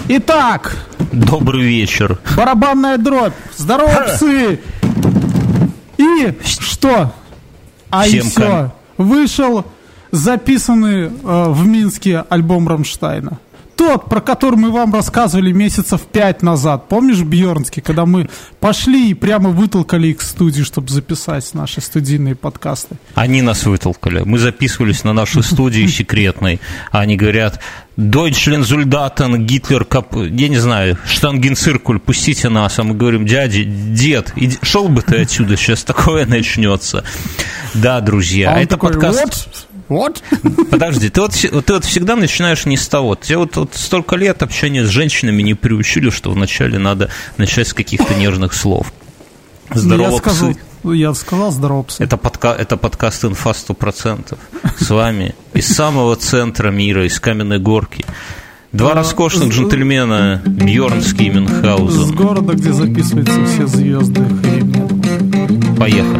Итак, добрый вечер. Барабанная дробь. Здорово, псы. И что? И все. Вышел записанный в Минске альбом Рамштайна. Тот, про который мы вам рассказывали месяцев 5 назад. Помнишь, Бьернский, когда мы пошли и прямо вытолкали их в студию, чтобы записать наши студийные подкасты? Они нас вытолкали. Мы записывались на нашей студии секретной. А они говорят: Deutschland Soldaten, Гитлер, я не знаю, Штангенциркуль, пустите нас. А мы говорим: дед, шел бы ты отсюда, сейчас такое начнется. Да, друзья, а это такой, подкаст... Вот? Подожди, ты вот всегда начинаешь не с того. Тебе вот столько лет общения с женщинами не приучили, что вначале надо начать с каких-то нежных слов. Здорово, псы. Я сказал здорово, псы. Это подкаст «Инфа 100%». С вами из самого центра мира, из Каменной Горки. Два роскошных джентльмена, Бьернский и Мюнхгаузен. С города, где записываются все звезды хэви-металла. Поехали.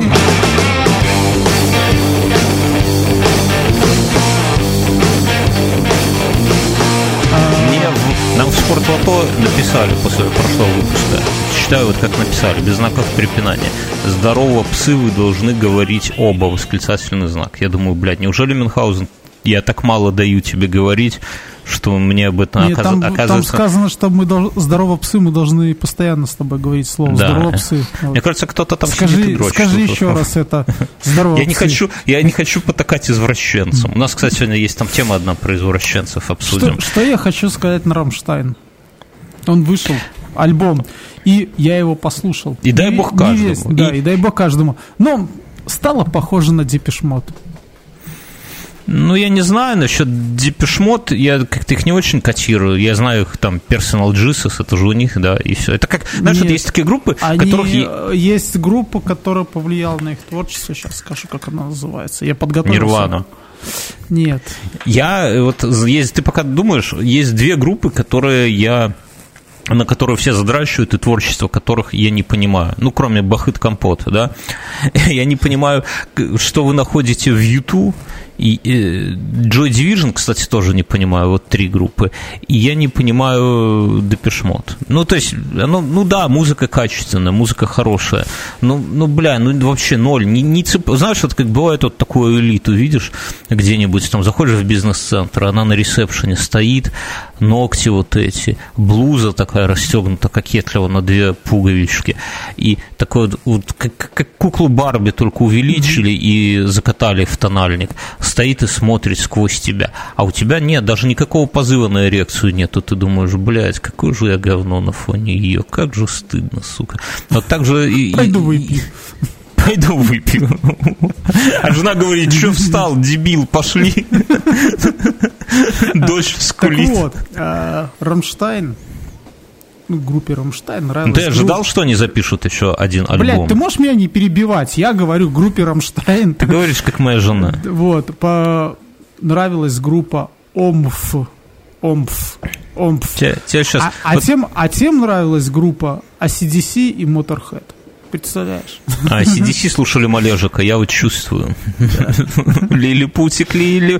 Нам в Спортлото написали после прошлого выпуска. Читаю, вот как написали, без знаков препинания. Здорово, псы, вы должны говорить оба, восклицательный знак. Я думаю, блядь, неужели, Мюнхгаузен, я так мало даю тебе говорить, что мне об этом оказывается... Там сказано, что здорово, псы, мы должны постоянно с тобой говорить слово здорово, псы. Мне кажется, кто-то там скажи еще раз это здорово, псы. Я не хочу потакать извращенцам. У нас, кстати, сегодня есть там тема одна про извращенцев, обсудим. Что я хочу сказать на Рамштайн? Он вышел, альбом, и я его послушал. И дай бог каждому. И дай бог каждому. Но стало похоже на Депеш Мод. Ну, я не знаю насчет Depeche Mode, я как-то их не очень котирую. Я знаю их там Personal Jesus, это же у них, да, и все. Это как, знаешь, вот есть такие группы, которых... Есть группа, которая повлияла на их творчество, сейчас скажу, как она называется. Я подготовился. Нирвана. Нет. Ты пока думаешь, есть две группы, на которые все задрачивают, и творчество которых я не понимаю. Ну, кроме Бахыт Компот, да. Я не понимаю, что вы находите в YouTube. И Joy Division, кстати, тоже не понимаю. Вот 3 группы. И я не понимаю Depeche Mode. Ну, то есть, да, музыка качественная, музыка хорошая. Вообще ноль. Знаешь, вот как бывает вот такую элиту, видишь, где-нибудь там заходишь в бизнес-центр, она на ресепшене стоит, ногти вот эти, блуза такая расстегнута кокетливо на 2 пуговички. И такой вот как куклу Барби только увеличили и закатали в тональник. Стоит и смотрит сквозь тебя. А у тебя нет, даже никакого позыва на эрекцию нету. Ты думаешь, блядь, какое же я говно на фоне ее. Как же стыдно, сука. Вот так же Пойду выпью. Пойду выпью. А жена говорит: что встал, дебил, пошли. Дочь скулит. Так вот, Рамштайн, группе Рамштайн нравилось... Ты ожидал, что они запишут еще один альбом? Блядь, ты можешь меня не перебивать? Я говорю группе Рамштайн. Ты говоришь, как моя жена. Вот, нравилась группа Омф. Сейчас... Тем нравилась группа AC/DC и Motorhead. Представляешь? AC/DC слушали Малежика, я вот чувствую. Лилипутик,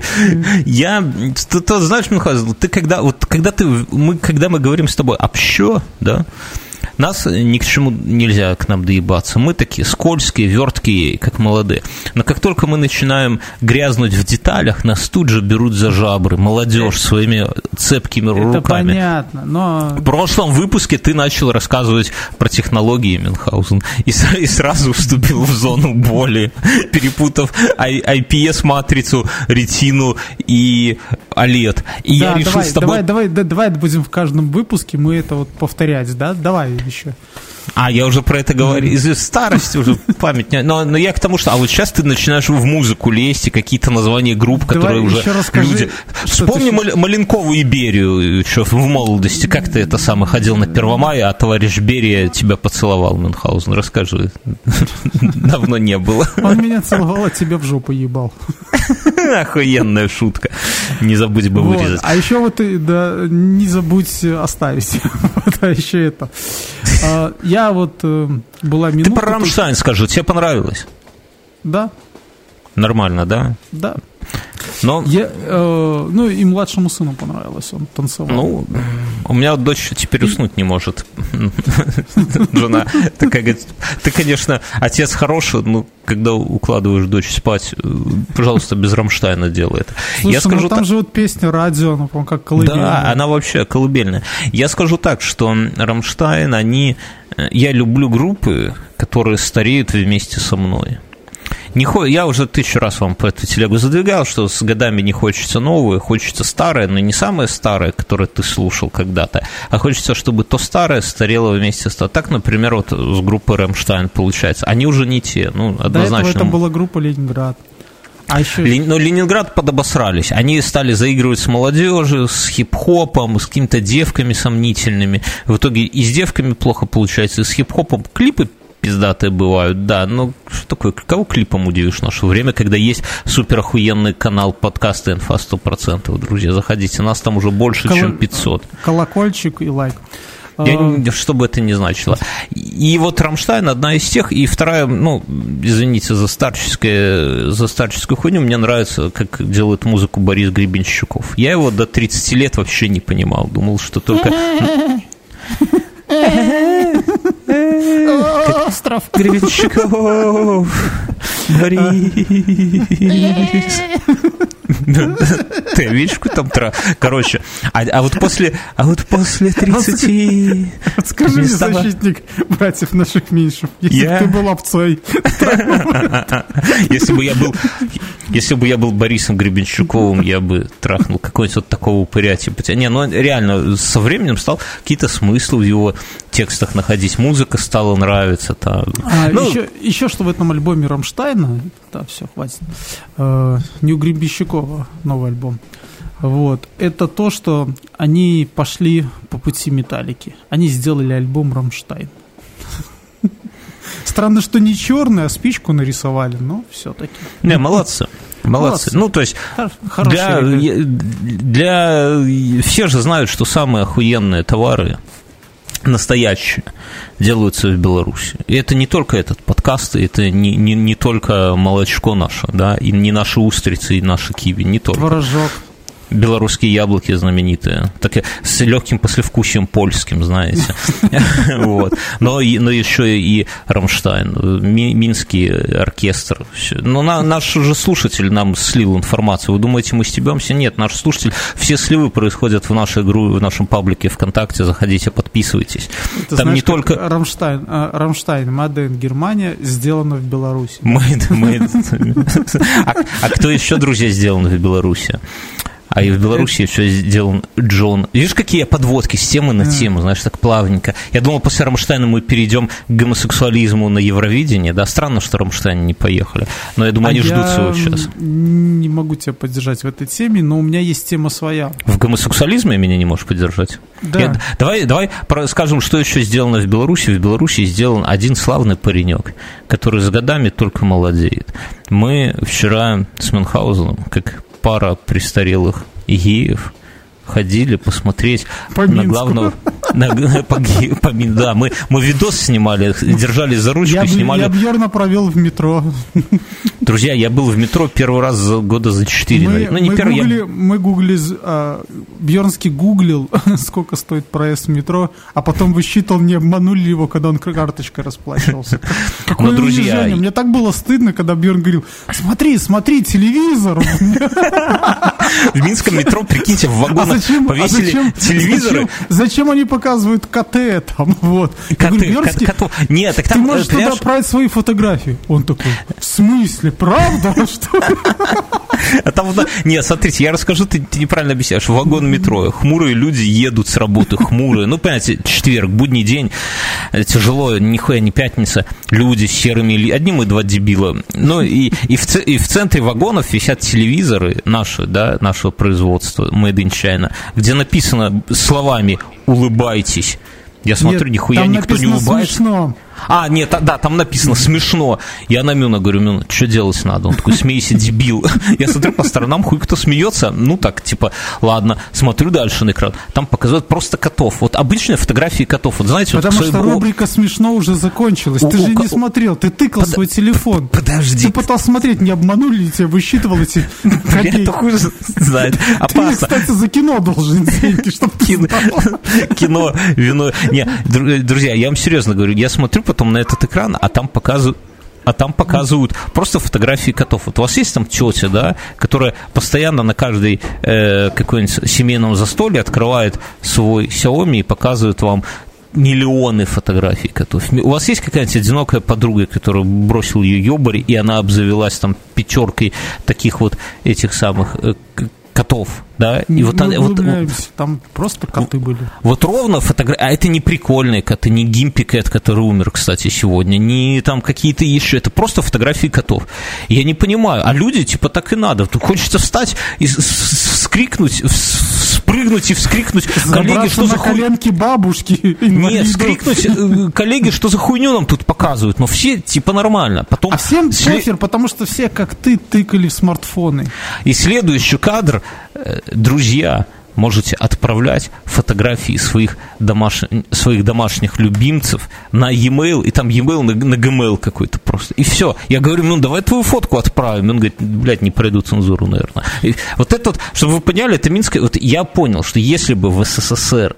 Ты знаешь, Мюнхгаузен, когда мы говорим с тобой «общо», да, нас ни к чему нельзя к нам доебаться. Мы такие скользкие, верткие, как молодые. Но как только мы начинаем грязнуть в деталях, нас тут же берут за жабры. Молодежь своими цепкими руками. Это понятно, но... В прошлом выпуске ты начал рассказывать про технологии, Мюнхгаузен, и сразу вступил в зону боли, перепутав IPS-матрицу, ретину и OLED. И да, я решил с тобой... Давай будем в каждом выпуске мы это вот повторять, да? Давай еще. Я уже про это говорю. Из-за старости уже память не... Но я к тому, что... А вот сейчас ты начинаешь в музыку лезть, и какие-то названия групп, которые уже люди... Вспомни Маленкову и Берию еще в молодости. Как ты это самое ходил на 1 мая, а товарищ Берия тебя поцеловал, Мюнхгаузен? Расскажи. Давно не было. Он меня целовал, а тебя в жопу ебал. Охуенная шутка. Не забудь бы вырезать. А еще вот не забудь оставить. А еще это... Я вот была минутка... Ты про Рамштайн скажи, тебе понравилось? Да. Нормально, да? Да. Но... Ну, и младшему сыну понравилось, он танцевал. Ну, у меня дочь теперь уснуть не может. Жена такая говорит, ты, конечно, отец хороший, но когда укладываешь дочь спать, пожалуйста, без Рамштайна делай это. Слушай, я скажу, там же вот песня радио, она, по-моему, как колыбельная. Да, она вообще колыбельная. Я скажу так, что Рамштайн, я люблю группы, которые стареют вместе со мной. Я уже 1000 раз вам по эту телегу задвигал, что с годами не хочется новое, хочется старое, но не самое старое, которое ты слушал когда-то, а хочется, чтобы то старое старело вместе с тобой. Так, например, вот с группой «Рамштайн» получается. Они уже не те, ну, однозначно. До этого это была группа «Ленинград». Но Ленинград подобосрались. Они стали заигрывать с молодежью, с хип-хопом, с какими-то девками сомнительными. В итоге и с девками плохо получается, и с хип-хопом клипы пиздатые бывают, да, но что такое, кого клипом удивишь в наше время, когда есть супер охуенный канал подкаста «Инфа 100%», друзья, заходите, нас там уже больше, чем 500. Колокольчик и лайк. Что бы это ни значило. И вот «Рамштайн» одна из тех, и вторая, ну, извините за старческую хуйню, мне нравится, как делает музыку Борис Гребенщиков. Я его до 30 лет вообще не понимал, думал, что только... Остров Гребенщиков, Борис. Ты видишь, какой там короче, а вот после 30... Скажи мне, защитник братьев наших меньших, если бы ты был овцой. Если бы я был Борисом Гребенщиковым, я бы трахнул какой-нибудь вот такого упыря, типа. Не, ну реально, со временем стал какие-то смыслы в его текстах находить, музыка стала нравиться. Еще что в этом альбоме Рамштайна, да, все, хватит, не у Гребенщикова новый альбом, вот, это то, что они пошли по пути Металлики, они сделали альбом Рамштайн. Странно, что не черный, а спичку нарисовали, но все-таки. Не, молодцы. Ну, то есть, все же знают, что самые охуенные товары настоящие делаются в Беларуси. И это не только этот подкаст, это не только молочко наше, да, и не наши устрицы, и наши киви, не только. Творожок. Белорусские яблоки знаменитые, так с легким послевкусием польским, знаете. Вот. Но еще и Рамштайн, Минский оркестр. Но наш же слушатель нам слил информацию. Вы думаете, мы стебемся? Нет, наш слушатель, все сливы происходят в нашей группе, в нашем паблике ВКонтакте. Заходите, подписывайтесь. Ты там знаешь, не только Рамштайн, Made in Германия, сделано в Беларуси. А кто еще, друзья, сделан в Беларуси? А и в Беларуси еще сделан Джон. Видишь, какие подводки с темы на тему, знаешь, так плавненько. Я думал, после Рамштайна мы перейдем к гомосексуализму на Евровидении, да, странно, что Рамштайн не поехали, но я думаю, они ждут своего часа. Не могу тебя поддержать в этой теме, но у меня есть тема своя. В гомосексуализме меня не можешь поддержать? Да. Давай скажем, что еще сделано в Беларуси. В Беларуси сделан один славный паренек, который с годами только молодеет. Мы вчера с Мюнхгаузеном, как пара престарелых геев, ходили посмотреть на главного... Да, мы видос снимали, держали за ручку, снимали... Я Бьерна провел в метро. Друзья, я был в метро первый раз года за 4. Мы гуглили, Бьернский гуглил, сколько стоит проезд в метро, а потом высчитал, не обманули его, когда он карточкой расплачивался. Какое унижение. Мне так было стыдно, когда Бьерн говорил: смотри, телевизор. В минском метро, прикиньте, в вагонах повесили телевизоры. Зачем они показывают КТ там? Вот. Нет, так там... Ты можешь туда отправить свои фотографии. Он такой: в смысле, правда? Нет, смотрите, я расскажу, ты неправильно объясняешь. Вагон метро, хмурые люди едут с работы, хмурые. Ну, понимаете, четверг, будний день, тяжело, нихуя не пятница. Люди с серыми, одни мы два дебила. Ну, и в центре вагонов висят телевизоры наши, да, нашего производства, Made in China, где написано словами «улыбайтесь». Я смотрю, нихуя никто не улыбается. Смешно. Нет, да, там написано смешно. Я на Мюна говорю: Мюн, что делать надо? Он такой: смейся, дебил. Я смотрю по сторонам, хуй кто смеется. Ну так, типа, ладно, смотрю дальше на экран. Там показывают просто котов. Вот обычные фотографии котов. Вот знаете, потому что рубрика «Смешно» уже закончилась. Ты же не смотрел, ты тыкал свой телефон. Подожди. Ты пытался смотреть, не обманули ли тебя, высчитывал эти копейки. Это хуже знает. Ты, кстати, за кино должен деньги, чтобы кино, вино. Не, друзья, я вам серьезно говорю, я смотрю потом на этот экран, а там показывают просто фотографии котов. Вот у вас есть там тетя, да, которая постоянно на каждой какой-нибудь семейном застолье открывает свой Xiaomi и показывает вам миллионы фотографий котов. У вас есть какая-нибудь одинокая подруга, которая бросила ее ёбарь, и она обзавелась там 5 таких вот этих самых котов, да? И вот там просто коты были. Вот ровно фотографии, а это не прикольные коты, не Гимпи Кэт, который умер, кстати, сегодня, не там какие-то еще, это просто фотографии котов. Я не понимаю, а люди, типа, так и надо. Тут хочется встать и вскрикнуть, спрыгнуть и вскрикнуть: коллеги, что за коленки бабушки. Нет, вскрикнуть: коллеги, что за хуйню нам тут показывают? Но все, типа, нормально. Потом всем похер, потому что все, как ты, тыкали в смартфоны. И следующий кадр: друзья, можете отправлять фотографии своих домашних любимцев на e-mail, и там e-mail на Gmail какой-то просто. И все. Я говорю: ну, давай твою фотку отправим. Он говорит: блядь, не пройду цензуру, наверное. И вот это вот, чтобы вы поняли, это Минское... Вот я понял, что если бы в СССР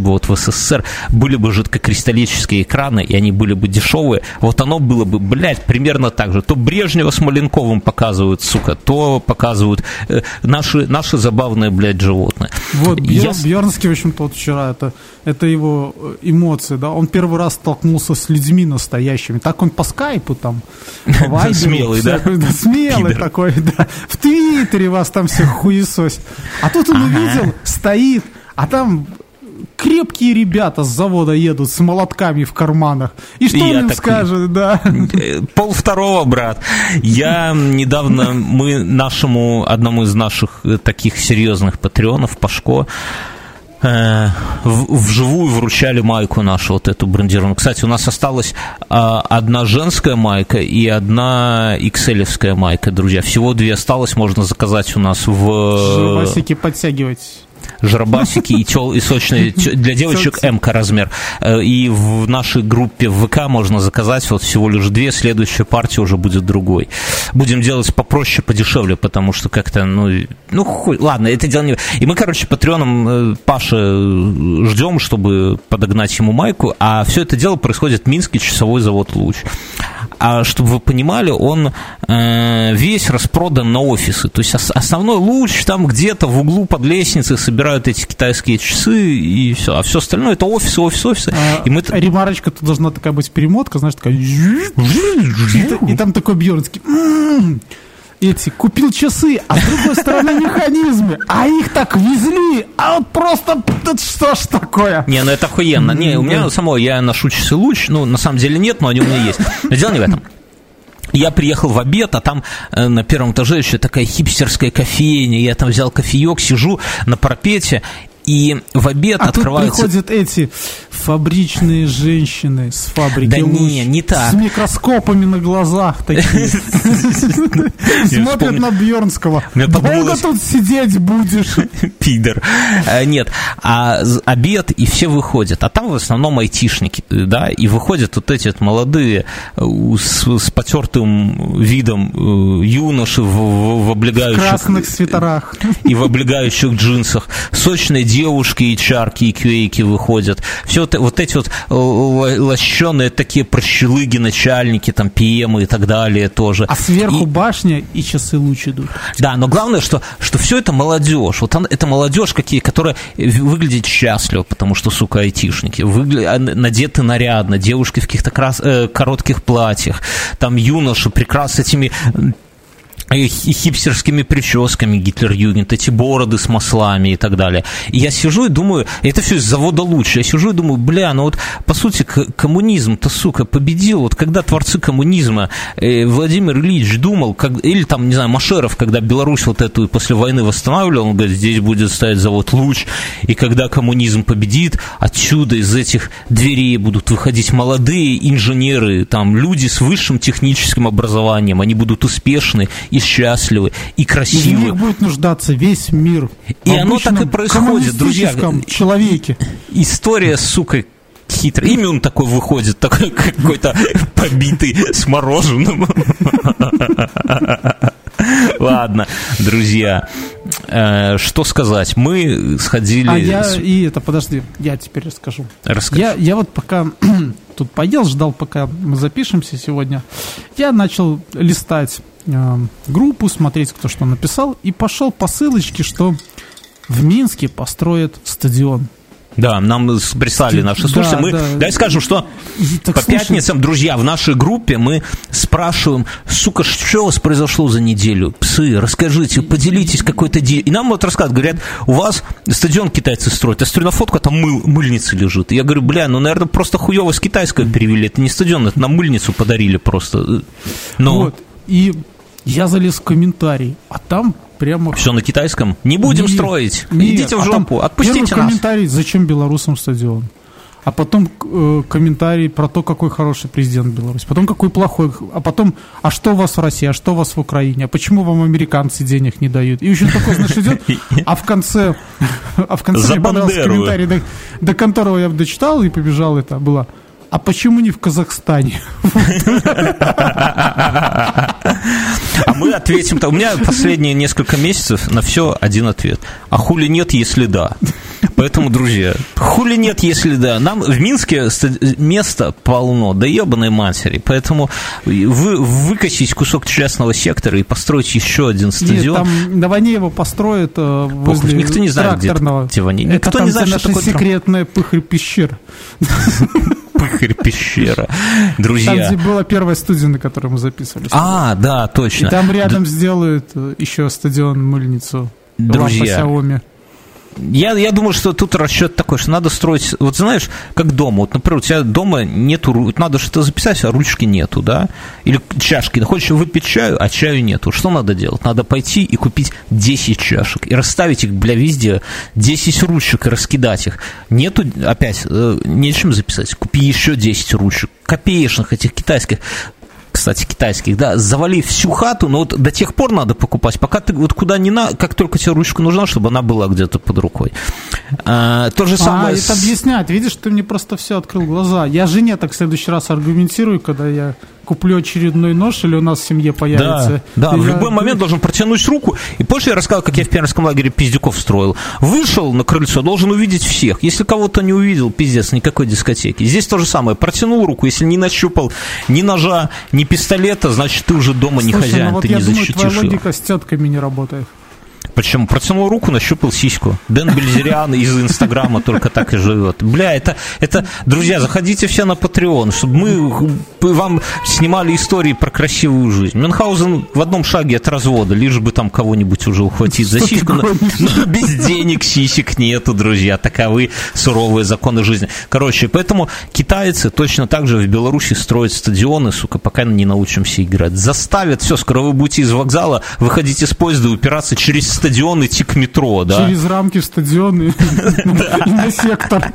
были бы жидкокристаллические экраны, и они были бы дешевые, вот оно было бы, блядь, примерно так же. То Брежнева с Маленковым показывают, сука, то показывают наши забавные, блядь, животные. Вот, Бьернский, в общем-то, вот вчера, это его эмоции, да, он первый раз столкнулся с людьми настоящими, так он по скайпу там, по вайберу. Смелый, да? Смелый такой, да, в Твиттере вас там всех хуесосит. А тут он увидел, стоит, а там крепкие ребята с завода едут с молотками в карманах. И что он им скажет, да? 1:30, брат. Я недавно, одному из наших таких серьезных патреонов, Пашко, вживую вручали майку нашу, вот эту брендированную. Кстати, у нас осталась одна женская майка и одна XL-евская майка, друзья. Всего 2 осталось, можно заказать у нас в... Жирбасики подтягивать. Жиробасики и сочные, для девочек М-ка размер. И в нашей группе в ВК можно заказать вот всего лишь 2, следующая партия уже будет другой. Будем делать попроще, подешевле, потому что как-то, ладно, это дело не... И мы, патреоном Паши ждем, чтобы подогнать ему майку, а все это дело происходит в Минске, часовой завод «Луч». А чтобы вы понимали, он весь распродан на офисы. То есть основной «Луч» там где-то в углу под лестницей собирают эти китайские часы и все. А все остальное — это офисы. И мы... Ремарочка, тут должна такая быть перемотка, знаешь, такая... И там такой Бьернский... Купил часы, а с другой стороны механизмы, а их так везли, а вот просто, что ж такое? Не, это охуенно. Не, у меня самого, я ношу часы «Луч», на самом деле нет, но они у меня есть. Но дело не в этом. Я приехал в обед, а там на первом этаже еще такая хипстерская кофейня, я там взял кофеек, сижу на парапете, и в обед открываются... тут приходят эти фабричные женщины с фабрики «Луч». Да не так. С микроскопами на глазах такие. Смотрят на Бьернского. Долго тут сидеть будешь? Пидор. Нет, а обед, и все выходят. А там в основном айтишники, да, и выходят вот эти молодые с потертым видом юноши в облегающих... В красных свитерах. И в облегающих джинсах. Сочные девушки и чарки, и кюэйки выходят. Все вот эти вот лощеные такие прощелыги, начальники, там, ПМы и так далее тоже. А сверху башня и часы «Луч» идут. Да, но главное, что все это молодежь. Вот это молодежь, которая выглядит счастливо, потому что, сука, айтишники. Надеты нарядно, девушки в каких-то коротких платьях, там юноши прекрасно с этими... хипстерскими прическами Гитлер-Югент, эти бороды с маслами и так далее. И я сижу и думаю, это все из завода лучше. Я сижу и думаю, ну вот, по сути, коммунизм-то, сука, победил. Вот когда творцы коммунизма, Владимир Ильич думал, или там, не знаю, Машеров, когда Беларусь вот эту после войны восстанавливал, он говорит, здесь будет стоять завод «Луч», и когда коммунизм победит, отсюда из этих дверей будут выходить молодые инженеры, там, люди с высшим техническим образованием, они будут успешны и счастливы, и красивы. И в них будет нуждаться весь мир. И оно так и происходит, друзья. Человеке. История, сука, хитрая. Имя он такой выходит, такой какой-то побитый с мороженым. Ладно, друзья, что сказать? Мы сходили... Подожди, я теперь расскажу. Я вот пока тут поел, ждал, пока мы запишемся сегодня, я начал листать группу, смотреть, кто что написал, и пошел по ссылочке, что в Минске построят стадион. Да, нам прислали наши слушатели. Дай скажу, что по пятницам, друзья, в нашей группе мы спрашиваем, сука, что у вас произошло за неделю? Псы, расскажите, поделитесь какой-то... И нам вот рассказывают, говорят, у вас стадион китайцы строят. Я смотрю на фотку, а там мыльница лежит. Я говорю, наверное, просто хуево с китайского перевели. Это не стадион, это нам мыльницу подарили просто. Вот, и я залез в комментарий, а там... Прямо... Все на китайском? Не будем строить. Идите в жопу, отпустите нас. Первый комментарий, зачем белорусам стадион? А потом комментарий про то, какой хороший президент Беларуси. Потом какой плохой. А потом, а что у вас в России, а что у вас в Украине? А почему вам американцы денег не дают? И еще такой, знаешь, идет. А в конце мне понравился комментарий, до которого я дочитал и побежал, это было... А почему не в Казахстане? А мы ответим. У меня последние несколько месяцев на все один ответ. А хули нет, если да? Поэтому, друзья, хули нет, если да? Нам в Минске места полно, да ебаной матери. Поэтому выкосить кусок частного сектора и построить еще один стадион. Нет, там на войне его построят возле никто не знает, где войне. Никто не знает, что такое секретная пыхарь-пещера. Пыхарь-пещера. Друзья. Там, где была первая студия, на которой мы записывались. Да, точно. И там рядом сделают еще стадион-мыльницу. Друзья. Я думаю, что тут расчет такой, что надо строить, вот знаешь, как дома. Вот, например, у тебя дома нету, надо что-то записать, а ручки нету, да? Или чашки. Хочешь выпить чаю, а чаю нету. Что надо делать? Надо пойти и купить 10 чашек и расставить их, везде, 10 ручек и раскидать их. Нету, опять, нечем записать. Купи еще 10 ручек, копеечных этих китайских. Кстати, китайских, да, завали всю хату, но вот до тех пор надо покупать, пока ты вот куда не надо, как только тебе ручка нужна, чтобы она была где-то под рукой. То же самое... это объясняет, видишь, ты мне просто все открыл глаза. Я жене так в следующий раз аргументирую, когда я куплю очередной нож, или у нас в семье появится. Да, в любой момент должен протянуть руку. И позже я рассказал, как я в пионерском лагере пиздюков строил. Вышел на крыльцо, должен увидеть всех. Если кого-то не увидел, пиздец, никакой дискотеки. Здесь то же самое. Протянул руку, если не нащупал ни ножа, ни пистолета, значит, ты уже дома не хозяин, ты не защитишь его. Твоя логика с тетками не работает. Почему? Протянул руку, нащупал сиську. Дэн Бельзериан из Инстаграма только так и живет. Это, друзья, заходите все на Patreon, чтобы мы вам снимали истории про красивую жизнь. Мюнхгаузен в одном шаге от развода, лишь бы там кого-нибудь уже ухватить за сиську. Но без денег сисек нету, друзья. Таковы суровые законы жизни. Короче, поэтому китайцы точно так же в Беларуси строят стадионы, сука, пока не научимся играть. Заставят, все, скоро вы будете из вокзала выходить из поезда и упираться через стадион, идти к метро, да? Через рамки в стадион и на сектор.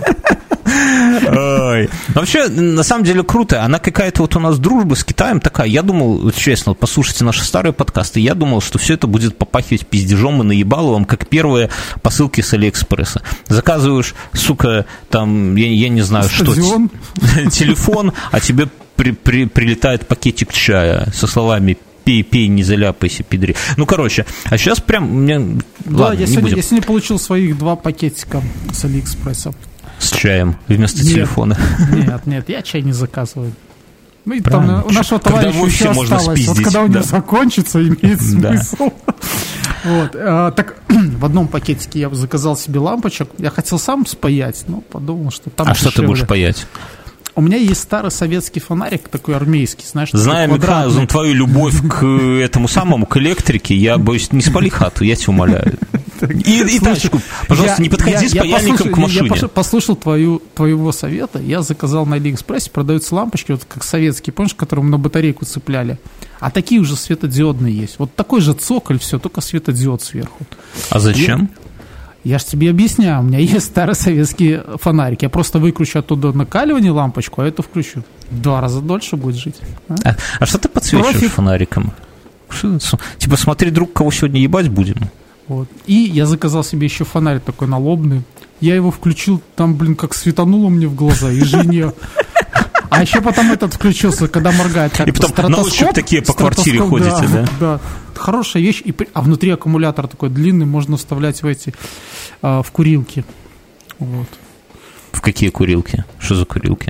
Вообще, на самом деле, круто. Она какая-то вот у нас дружба с Китаем такая. Я думал, честно, послушайте наши старые подкасты, я думал, что все это будет попахивать пиздежом и наебаловым, как первые посылки с Алиэкспресса. Заказываешь, сука, там, я не знаю, стадион? Что, телефон, а тебе прилетает пакетик чая со словами «пей, не заляпайся, пидри». Ну, короче, а сейчас прям... Да, я сегодня получил своих 2 пакетика с Алиэкспресса. С чаем вместо телефона? Нет, я чай не заказываю. Ну, там у нашего товарища еще осталось. Вот когда у него закончится, имеет смысл. Вот. Так, в одном пакетике я заказал себе лампочек. Я хотел сам спаять, но подумал, что там... А что ты будешь паять? У меня есть старый советский фонарик, такой армейский, знаешь, зная, Михаил, твою любовь к этому самому, к электрике, я боюсь, не спали хату, я тебя умоляю. И тачку, пожалуйста, не подходи с паяльником к машине. Я послушал твоего совета, я заказал на Алиэкспрессе, продаются лампочки, вот как советские, помнишь, которые мы на батарейку цепляли? А такие уже светодиодные есть. Вот такой же цоколь, все, только светодиод сверху. А зачем? Я же тебе объясняю, у меня есть старый советский фонарик. Я просто выкручу оттуда накаливание лампочку, а эту включу. 2 раза дольше будет жить. А что ты подсвечиваешь фонариком? Типа, смотри, друг, кого сегодня ебать будем. Вот. И я заказал себе еще фонарик такой налобный. Я его включил, там, блин, как светануло мне в глаза, и жене. А еще потом этот включился, когда моргает. И потом на ощупь такие по квартире ходите, да? Да. Хорошая вещь. А внутри аккумулятор такой длинный, можно вставлять в курилки. Вот. В какие курилки? Что за курилки?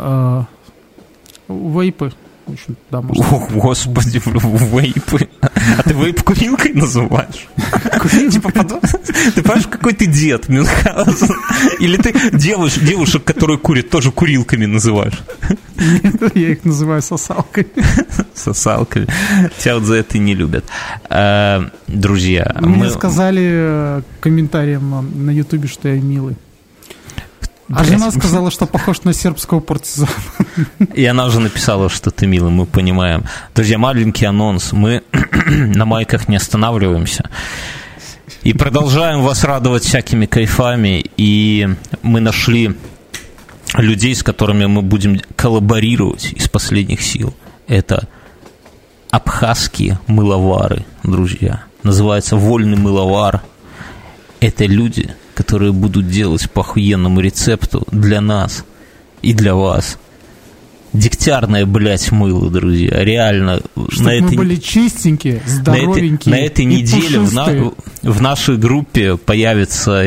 Вейпы. В общем, да, можно. О, господи, вейпы. А ты вейп курилкой называешь? Типа, ты понимаешь, какой ты дед, Мюнхгаузен? Или ты девушек, которые курят, тоже курилками называешь? Нет, я их называю сосалками. Сосалками. Тебя вот за это не любят. Друзья, мне сказали комментарием на Ютубе, что я милый. А жена сказала, что похож на сербского партизана. И она уже написала, что ты милый, мы понимаем. Друзья, маленький анонс. Мы на майках не останавливаемся. И продолжаем вас радовать всякими кайфами. И мы нашли людей, с которыми мы будем коллаборировать из последних сил. Это абхазские мыловары, друзья. Называется «Вольный мыловар». Это люди, которые будут делать по охуенному рецепту для нас и для вас. Дегтярное, блядь, мыло, друзья. Реально. Чтобы мы были чистенькие, здоровенькие. На этой неделе в нашей группе появятся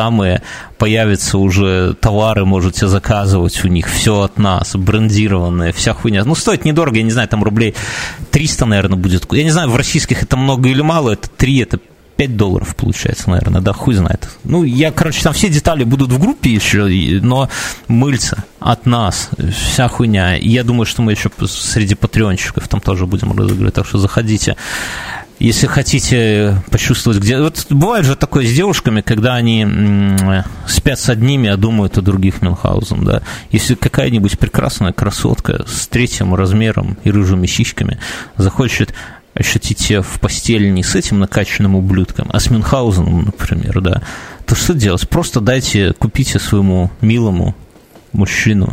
уже товары, можете заказывать у них. Все от нас, брендированное, вся хуйня. Ну, стоит недорого, я не знаю, там рублей 300, наверное, будет. Я не знаю, в российских это много или мало, это 3, это $5 получается, наверное, да, хуй знает. Ну, там все детали будут в группе еще, но мыльца от нас, вся хуйня. И я думаю, что мы еще среди патреончиков там тоже будем разыгрывать, так что заходите. Если хотите почувствовать, где... Вот бывает же такое с девушками, когда они спят с одними, а думают о других, Мюнхгаузен, да. Если какая-нибудь прекрасная красотка с 3 размером и рыжими щичками захочет ощутить себя в постели не с этим накачанным ублюдком, а с Мюнхгаузеном, например, да, то что делать? Просто купите своему милому мужчине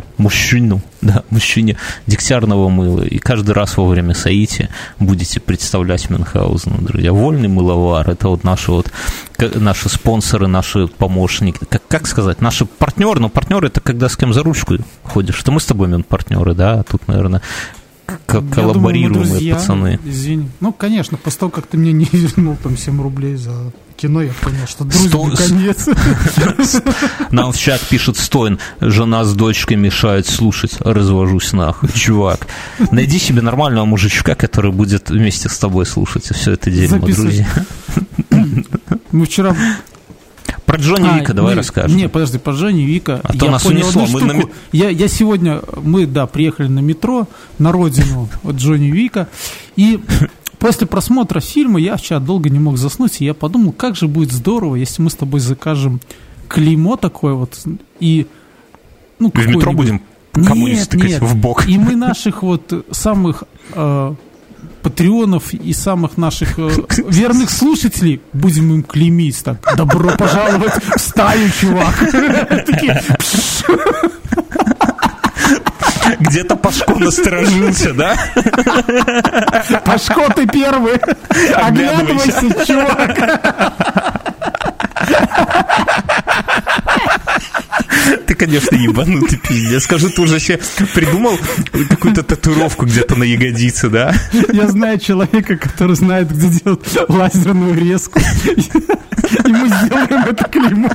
дегтярного мыла, и каждый раз во время соития будете представлять Мюнхгаузена, друзья. Вольный мыловар, это вот наши спонсоры, наши помощники, как сказать, наши партнеры, но партнеры это когда с кем за ручку ходишь, что мы с тобой, партнеры, да, а тут, наверное, коллаборируемые пацаны. Извини. Ну, конечно, после того, как ты мне не вернул там 7 рублей за кино, я понял, что друзьям конец. Нам в чат пишет Стоин: жена с дочкой мешают слушать, развожусь нахуй. Чувак, найди себе нормального мужичка, который будет вместе с тобой слушать все это дерьмо, друзья. Мы вчера... Про Джонни Вика давай расскажем. Не, подожди, про Джонни Вика. А то нас унесло. Я сегодня, мы приехали на метро, на родину Джонни Вика, и после просмотра фильма я вчера долго не мог заснуть, и я подумал, как же будет здорово, если мы с тобой закажем клеймо такое вот, и... Ну, в метро будем кому-нибудь стыкать в бок. И мы наших самых... патреонов и самых наших верных слушателей будем им клеймить так. Добро пожаловать в стаю, чувак. Где-то Пашко насторожился, да? Пашко, ты первый. Оглядывайся, чувак. Ты, конечно, ебанутый пиздец. Скажи, ты уже вообще придумал какую-то татуировку где-то на ягодице, да? Я знаю человека, который знает, где делать лазерную резку. И мы сделаем это клеймо.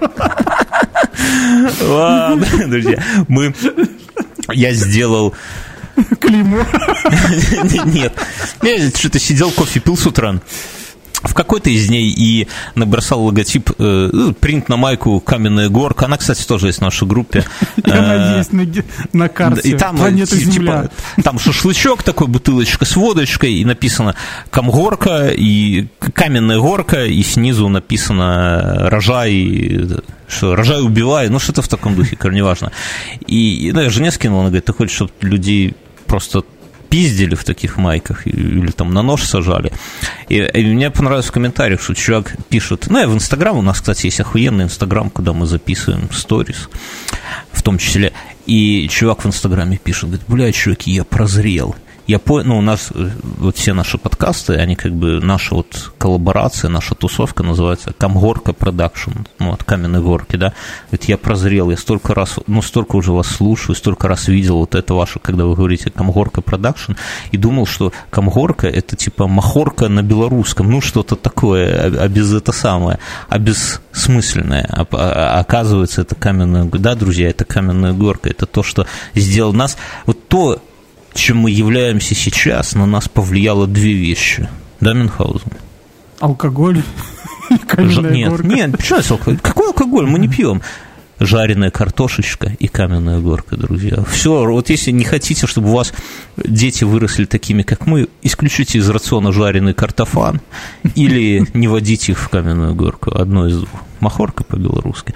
Ладно, друзья, я сделал... Клеймо? Нет. Я что-то сидел, кофе пил с утра. в какой-то из дней и набросал логотип, принт на майку «Каменная горка». Она, кстати, тоже есть в нашей группе. И она есть на карте и там, планеты Земля. Там шашлычок такой, бутылочка с водочкой, и написано «Камгорка», и «Каменная горка», и снизу написано «Рожай», что «Рожай, убивай», ну что-то в таком духе, неважно. И я жене скинул, она говорит: ты хочешь, чтобы людей просто пиздили в таких майках или там на нож сажали. И мне понравилось в комментариях, что чувак пишет, я в Инстаграм, у нас, кстати, есть охуенный Инстаграм, куда мы записываем сторис, в том числе, и чувак в Инстаграме пишет, говорит: блядь, чуваки, я прозрел. Я понял, у нас вот все наши подкасты, они как бы, наша вот коллаборация, наша тусовка называется Камгорка Продакшн, от Каменной Горки, да. Говорит, я прозрел, я столько раз, столько уже вас слушаю, столько раз видел вот это ваше, когда вы говорите Камгорка Продакшн, и думал, что Камгорка это типа махорка на белорусском, что-то такое, а бессмысленное. Оказывается, это Каменная Горка. Да, друзья, это Каменная Горка, это то, что сделал нас, вот то, чем мы являемся сейчас, на нас повлияло две вещи. Да, Мюнхгаузен? Алкоголь и каменная горка. Нет, почему алкоголь? Какой алкоголь? Мы не пьем. Жареная картошечка и каменная горка, друзья. Все, вот если не хотите, чтобы у вас дети выросли такими, как мы, исключите из рациона жареный картофан или не водите их в каменную горку. Одно из двух. Махорка по-белорусски.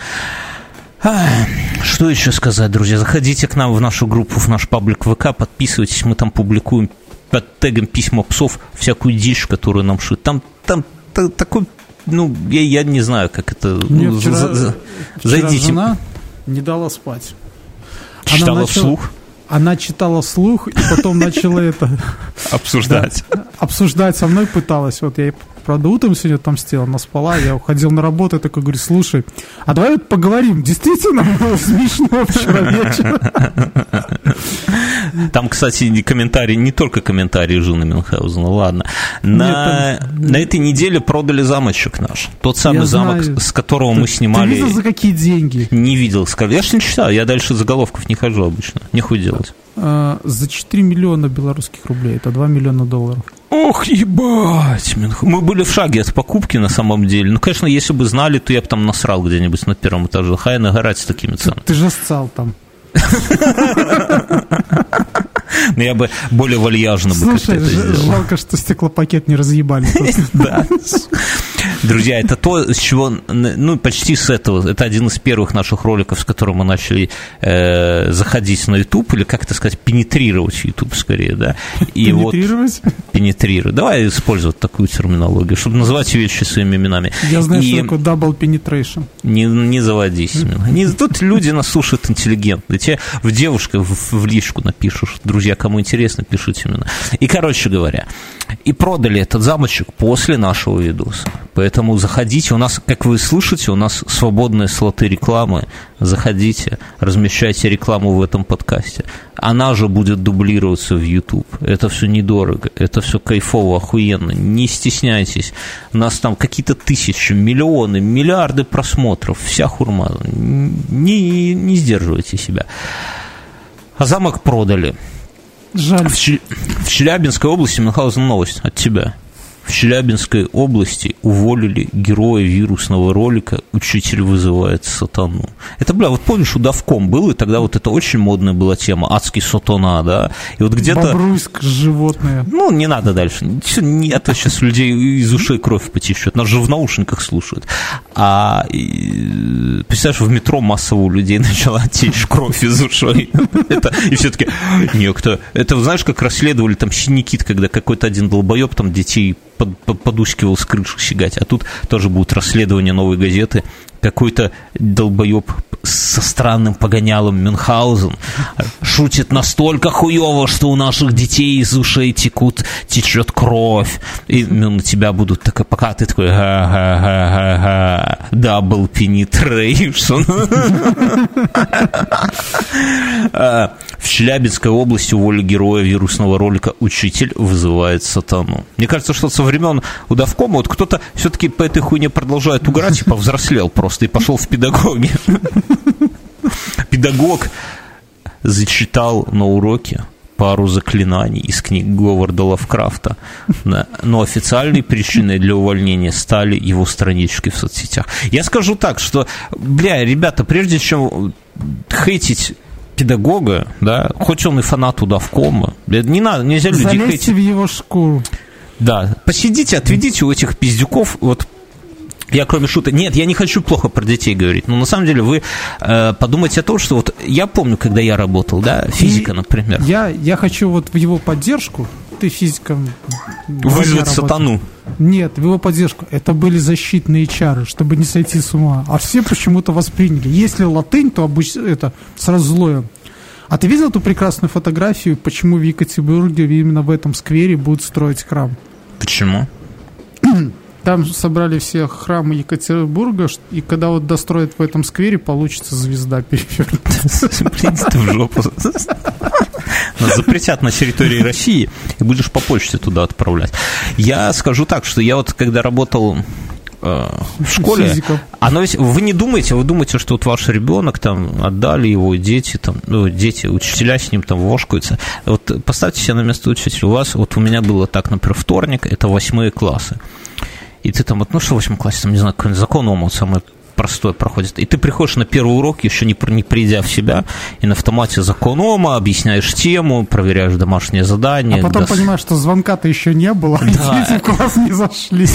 Что еще сказать, друзья? Заходите к нам в нашу группу, в наш паблик ВК, подписывайтесь, мы там публикуем под тегом «Письма псов» всякую дичь, которую нам шьют. Там такой, я не знаю, как это... Вчера зайдите. Жена не дала спать. Читала вслух? Она читала вслух, и потом начала это... Обсуждать. Да, обсуждать со мной пыталась. Вот я, правда, утром сегодня отомстила, она спала, я уходил на работу, я такой говорю: слушай, а давай вот поговорим, действительно было смешно вчера вечером. Там, кстати, комментарии, не только комментарии жены Мюнхгаузена, ладно. На этой неделе продали замочек наш. Тот самый замок, с которого мы снимали... Ты видел, за какие деньги? Не видел. Я же не читал, я дальше заголовков не хожу обычно. Нехуй делать. За 4 миллиона белорусских рублей, это $2 миллиона. Ох, ебать! Мы были в шаге от покупки на самом деле. Конечно, если бы знали, то я бы там насрал где-нибудь на первом этаже. Хай нагорать с такими ценами. Ты же ссал там. Но я бы более вальяжно бы как-то это сделал. Жалко, что стеклопакет не разъебали. Да. Друзья, это то, с чего, почти с этого, это один из первых наших роликов, с которым мы начали заходить на YouTube, или, как это сказать, пенетрировать YouTube скорее, да. Пенетрировать? Пенетрировать. Давай использовать такую терминологию, чтобы называть вещи своими именами. Я знаю, что такое double penetration. Не заводись. Тут люди нас слушают интеллигентно. Тебе в девушку в личку напишут: друзья, кому интересно, пишите именно. И, короче говоря, и продали этот замочек после нашего видоса. Поэтому заходите, у нас, как вы слышите, у нас свободные слоты рекламы. Заходите, размещайте рекламу в этом подкасте. Она же будет дублироваться в YouTube. Это все недорого, это все кайфово, охуенно. Не стесняйтесь. У нас там какие-то тысячи, миллионы, миллиарды просмотров. Вся хурма. Не сдерживайте себя. А замок продали. Жаль. В Челябинской области, Мюнхгаузен, новость от тебя. В Челябинской области уволили героя вирусного ролика «Учитель вызывает сатану». Это, вот помнишь, удавком был, и тогда вот это очень модная была тема, адский сатана, да? И вот где-то... Бобруйск, животное. Не надо дальше. Нет, сейчас у людей из ушей кровь потечет. Нас же в наушниках слушают. Представляешь, в метро массово у людей начала течь кровь из ушей. И все таки некто... Это, знаешь, как расследовали там Синикит, когда какой-то один долбоеб там детей подускивал с крыши сигать. А тут тоже будет расследование «Новой газеты». Какой-то долбоеб со странным погонялом Мюнхгаузен шутит настолько хуево, что у наших детей из ушей течет кровь. И на тебя будут так, пока ты такой ха-ха-ха-ха-ха, double penetration. В Челябинской области уволили героя вирусного ролика «Учитель вызывает сатану». Мне кажется, что со времен удавкома вот кто-то все-таки по этой хуйне продолжает угорать и повзрослел просто и пошел в педагоги. Педагог зачитал на уроке пару заклинаний из книг Говарда Лавкрафта, да. Но официальной причиной для увольнения стали его странички в соцсетях. Я скажу так, что, ребята, прежде чем хейтить педагога, да, хоть он и фанат удавкома, не надо, нельзя людей хейтить. Залезьте в его шкуру. Да, посидите, отведите у этих пиздюков, вот. Я кроме шуток... Нет, я не хочу плохо про детей говорить, но на самом деле вы подумайте о том, что вот я помню, когда я работал, да, физика, например. Я хочу вот в его поддержку, ты физиком... Вызвать сатану. Нет, в его поддержку. Это были защитные чары, чтобы не сойти с ума. А все почему-то восприняли. Если латынь, то обычно это сразу злое. А ты видел эту прекрасную фотографию, почему в Екатеринбурге именно в этом сквере будут строить храм? Почему? Там собрали все храмы Екатеринбурга, и когда вот достроят в этом сквере, получится звезда перевернутая. Блин, ты в жопу. Нас запретят на территории России, и будешь по почте туда отправлять. Я скажу так, что я вот когда работал в школе, оно ведь, вы не думаете, вы думаете, что вот ваш ребенок там отдали его, дети, там, дети, учителя с ним там вошкаются. Вот поставьте себя на место учителя. У меня было так, например, вторник, это 8 классы. И ты там, что в 8 классе, там, не знаю, какой-нибудь закон ОМО самый простой проходит. И ты приходишь на первый урок, еще не придя в себя, и на автомате закон ОМО, объясняешь тему, проверяешь домашнее задание. А потом понимаешь, что звонка-то еще не было, да. И дети в класс не зашли.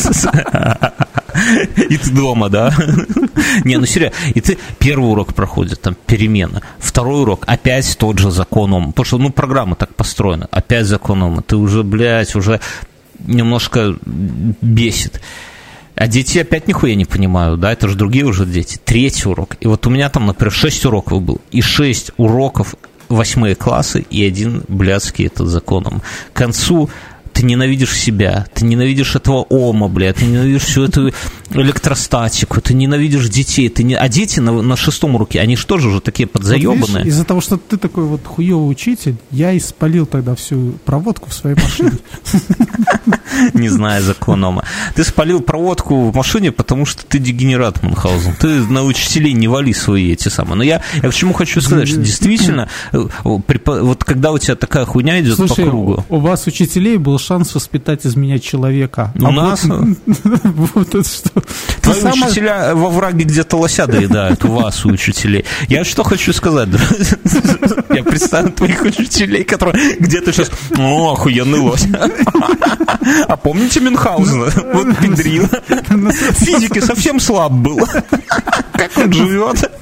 И ты дома, да? Не, ну серьезно. И ты первый урок проходит, там, перемена. Второй урок, опять тот же закон ОМО. Потому что, программа так построена. Опять закон ОМО. Ты уже, уже немножко бесит. А дети опять нихуя не понимают, да, это же другие уже дети. Третий урок. И вот у меня там, например, 6 уроков было. И 6 уроков 8 классы, и один блядский этот законом. К концу ты ненавидишь себя, ты ненавидишь этого ОМА, блядь, ты ненавидишь всю эту электростатику, ты ненавидишь детей, а дети на 6-м уроке, они же тоже уже такие подзаебанные. Вот из-за того, что ты такой вот хуёвый учитель, я и спалил тогда всю проводку в своей машине. Не знаю закон ОМА. Ты спалил проводку в машине, потому что ты дегенерат, Мюнхгаузен. Ты на учителей не вали свои эти самые. Но я к чему хочу сказать, что действительно, вот когда у тебя такая хуйня идет по кругу. У вас, учителей, был шанс воспитать из меня человека. У нас? Вот это что? Твои учителя во враге где-то лося доедают, у вас, у учителей. Я что хочу сказать, я представляю твоих учителей, которые где-то сейчас, охуенный лось. А помните Мюнхгаузена? Вот педрила. В физике совсем слаб был. Как он живет?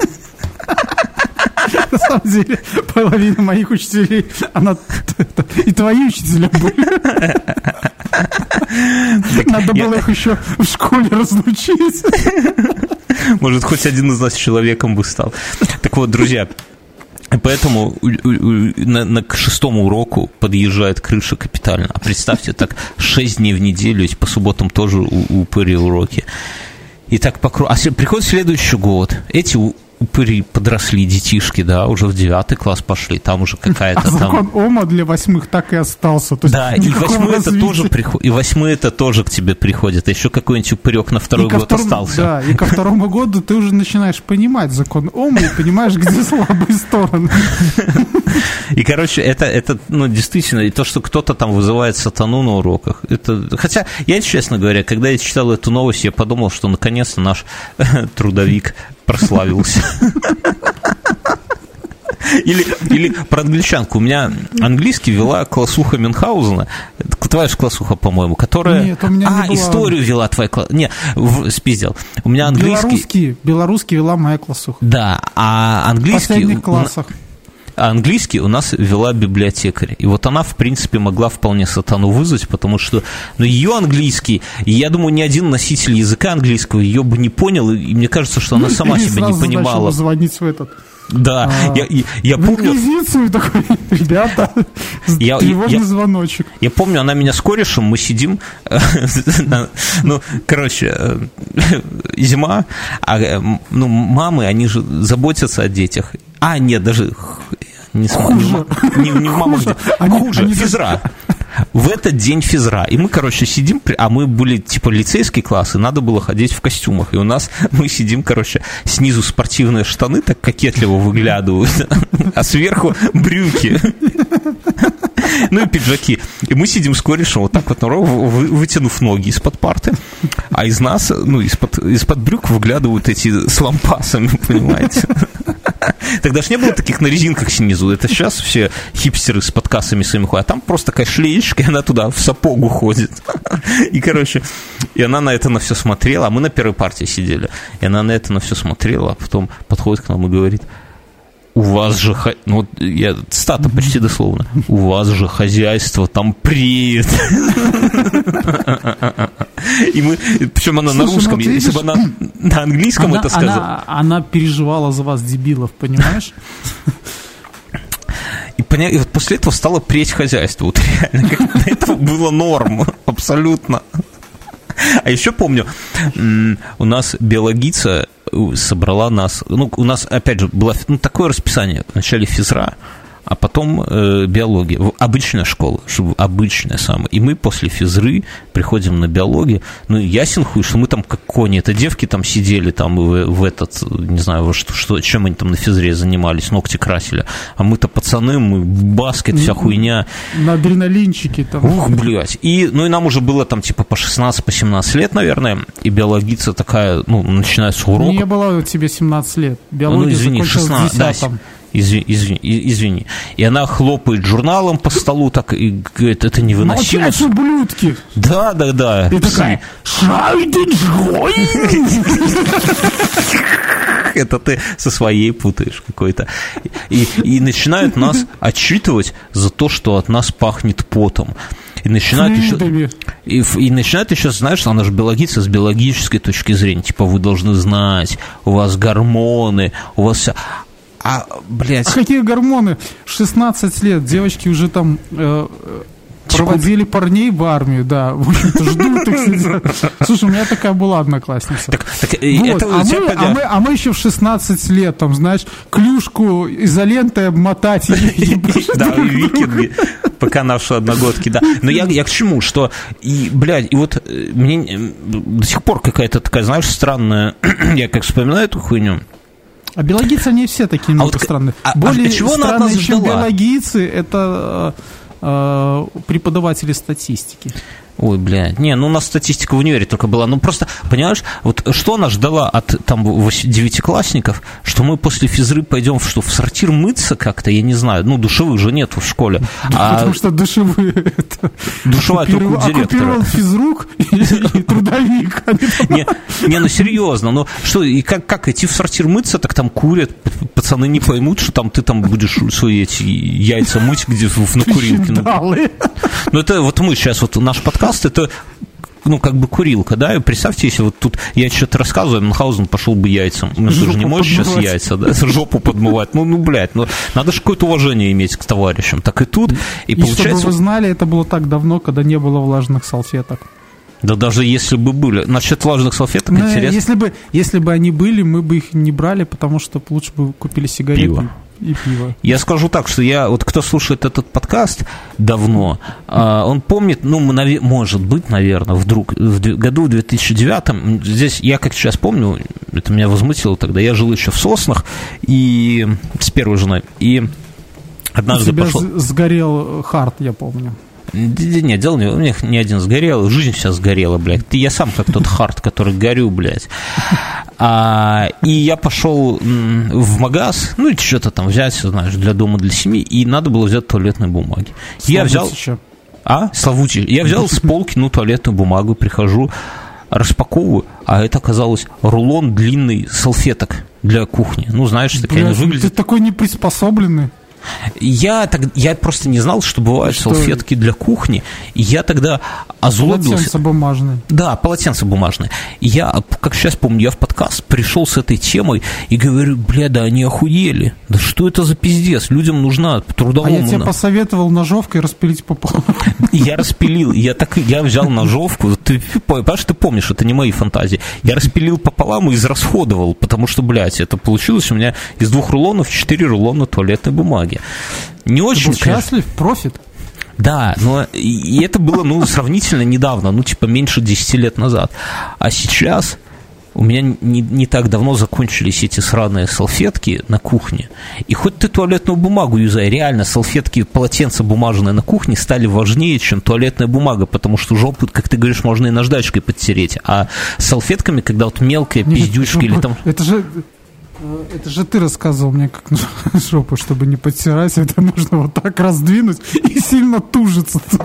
На самом деле, половина моих учителей, и твои учителя были. Надо было их еще в школе разучить. Может, хоть один из нас человеком бы стал. Так вот, друзья, поэтому к 6-му уроку подъезжает крыша капитально. А представьте, так 6 дней в неделю, ведь по субботам тоже у упыри уроки. И так по кругу. А приходит следующий год. Эти упыри подросли, детишки, да, уже в 9 класс пошли, там уже какая-то закон ОМА для 8-х так и остался. То да, и 8-е это тоже приходит, и 8-е это тоже к тебе приходит, а еще какой-нибудь упырек на второй год остался. Да, и ко 2-му году ты уже начинаешь понимать закон ОМА и понимаешь, где слабые стороны. И, короче, это действительно, и то, что кто-то там вызывает сатану на уроках, это, хотя, я, честно говоря, когда я читал эту новость, я подумал, что наконец-то наш трудовик прославился. Или про англичанку. У меня английский вела классуха Мюнхгаузена. Твоя же классуха, по-моему, которая... Нет, у меня не была. Историю вела твоя классуха. Не, спиздил. У меня английский... Белорусский вела моя классуха. Да, а английский... В последних классах. А английский у нас вела библиотекарь. И вот она, в принципе, могла вполне сатану вызвать, потому что ее английский, и я думаю, ни один носитель языка английского ее бы не понял, и мне кажется, что она сама себя не понимала. Звонить в этот... Да, я помню... Инквизицию такой, ребята, тревожный звоночек. Я помню, она меня с корешем, мы сидим, зима, а мамы, они же заботятся о детях. Нет, даже... Не в мамах, хуже, физра. В этот день физра. И мы, короче, сидим, а мы были, типа, лицейский класс, и надо было ходить в костюмах. И у нас, мы сидим, короче, снизу спортивные штаны так кокетливо выглядывают, а сверху брюки. Ну и пиджаки. И мы сидим с корешем вот так вот, вытянув ноги из-под парты, а из нас, ну, из-под брюк выглядывают эти с лампасами, понимаете? Тогда ж не было таких на резинках снизу. Это сейчас все хипстеры с подкасами своими ходят. А там просто такая шлеечка, и она туда в сапогу ходит. И, короче, и она на это на все смотрела. А мы на первой партии сидели. И она на это на все смотрела, а потом подходит к нам и говорит: у вас же, ну, вот я цитата почти дословно, у вас же хозяйство там преет. И мы, причем она на русском, если бы она на английском это сказала. Она переживала за вас, дебилов, понимаешь? И вот после этого стало преть хозяйство. Вот реально, как это было норм, абсолютно. А еще помню, у нас биологица собрала нас, ну, у нас, опять же, было такое расписание, вначале физра, а потом биология, обычная школа, обычная самая, и мы после физры приходим на биологию, ну, ясен хуй, что мы там как кони, это девки там сидели там в этот, не знаю, чем они там на физре занимались, ногти красили, а мы-то пацаны, мы баскет, вся хуйня. На адреналинчике там. Ух, блядь. И, ну, и нам уже было там типа по 16, по 17 лет, наверное, и биологица такая, ну, начинает с урока. Не было тебе 17 лет, биология, ну, извини, 16, в 10-м. Да, извини. И она хлопает журналом по столу, так и говорит, это невыносимо. Молчать, ублюдки! Да. И такая, это ты со своей путаешь какой-то. И начинают нас отчитывать за то, что от нас пахнет потом. И начинают еще, знаешь, она же биологица с биологической точки зрения. Типа, вы должны знать, у вас гормоны, у вас все... А, блядь. А какие гормоны? 16 лет, девочки уже там проводили парней в армию, да. В общем-то, ждут их сидят. Слушай, у меня такая была одноклассница. Вот. А мы еще в 16 лет, там, знаешь, клюшку изолентой обмотать. Да, и викинги. Пока наши одногодки, да. Но я к чему, что, и, блядь, и вот мне до сих пор какая-то такая, знаешь, странная, я как вспоминаю эту хуйню. А биологийцы, они все такие немного странные. Более чего странные, чем биологийцы, это преподаватели статистики. Ой, блядь. Не, ну у нас статистика в универе только была. Ну просто, понимаешь, вот что она ждала от там 9-классников, что мы после физры пойдем в сортир мыться как-то, я не знаю. Ну, душевых же нет в школе. Потому что душевые это... Душевая только у директора. Оккупировал физрук и трудовик. Не, ну серьезно. Ну что, и как идти в сортир мыться, так там курят, пацаны не поймут, что там ты там будешь свои эти яйца мыть где на курилке. Ну это вот мы сейчас, вот наш подкаст, это, ну, как бы курилка, да, и представьте, если вот тут я что-то рассказываю, Мюнхгаузен пошел бы яйцам, ну, ты же не можешь сейчас яйца, да, жопу подмывать, ну, блядь, ну, надо же какое-то уважение иметь к товарищам, так и тут, и получается... чтобы вы знали, это было так давно, когда не было влажных салфеток. Да даже если бы были, насчет влажных салфеток, ну, интересно. Если бы они были, мы бы их не брали, потому что лучше бы купили сигареты. Пиво. И пиво. Я скажу так, что вот кто слушает этот подкаст давно, он помнит, ну, может быть, наверное, вдруг, в году 2009, здесь, я как сейчас помню, это меня возмутило тогда, я жил еще в Соснах, и с первой женой, и однажды пошел... сгорел хард, я помню. Нет, дело не, у них ни один сгорел, жизнь вся сгорела, блядь. Я сам как тот хард, который горю, блядь. И я пошел в магаз, ну, и что-то там взять, знаешь, для дома, для семьи, и надо было взять туалетной бумаги. Я взял... Славутич. Я взял с полки, туалетную бумагу, прихожу, распаковываю, а это оказалось рулон длинный салфеток для кухни. Ну, знаешь, такая они выглядят... Ты такой неприспособленный. Я просто не знал, что бывают салфетки для кухни, и я тогда озлобился. Полотенце бумажное. Да, полотенце бумажное. И я, как сейчас помню, я в подкаст пришел с этой темой и говорю, бля, да они охуели. Да что это за пиздец? Людям нужна трудовая... А я тебе посоветовал ножовкой распилить пополам. Я распилил, я взял ножовку, ты помнишь, это не мои фантазии. Я распилил пополам и израсходовал, потому что, блядь, это получилось у меня из 2 рулонов 4 рулона туалетной бумаги. Не очень, счастлив, профит. Да, но и это было, сравнительно недавно, меньше 10 лет назад. А сейчас у меня не так давно закончились эти сраные салфетки на кухне. И хоть ты туалетную бумагу юзай, реально салфетки, полотенца бумажные на кухне стали важнее, чем туалетная бумага, потому что жопу, как ты говоришь, можно и наждачкой подтереть. А салфетками, когда вот мелкая пиздючка или там... Это же ты рассказывал мне, как жопу, чтобы не подтирать, это нужно вот так раздвинуть и сильно тужиться туда.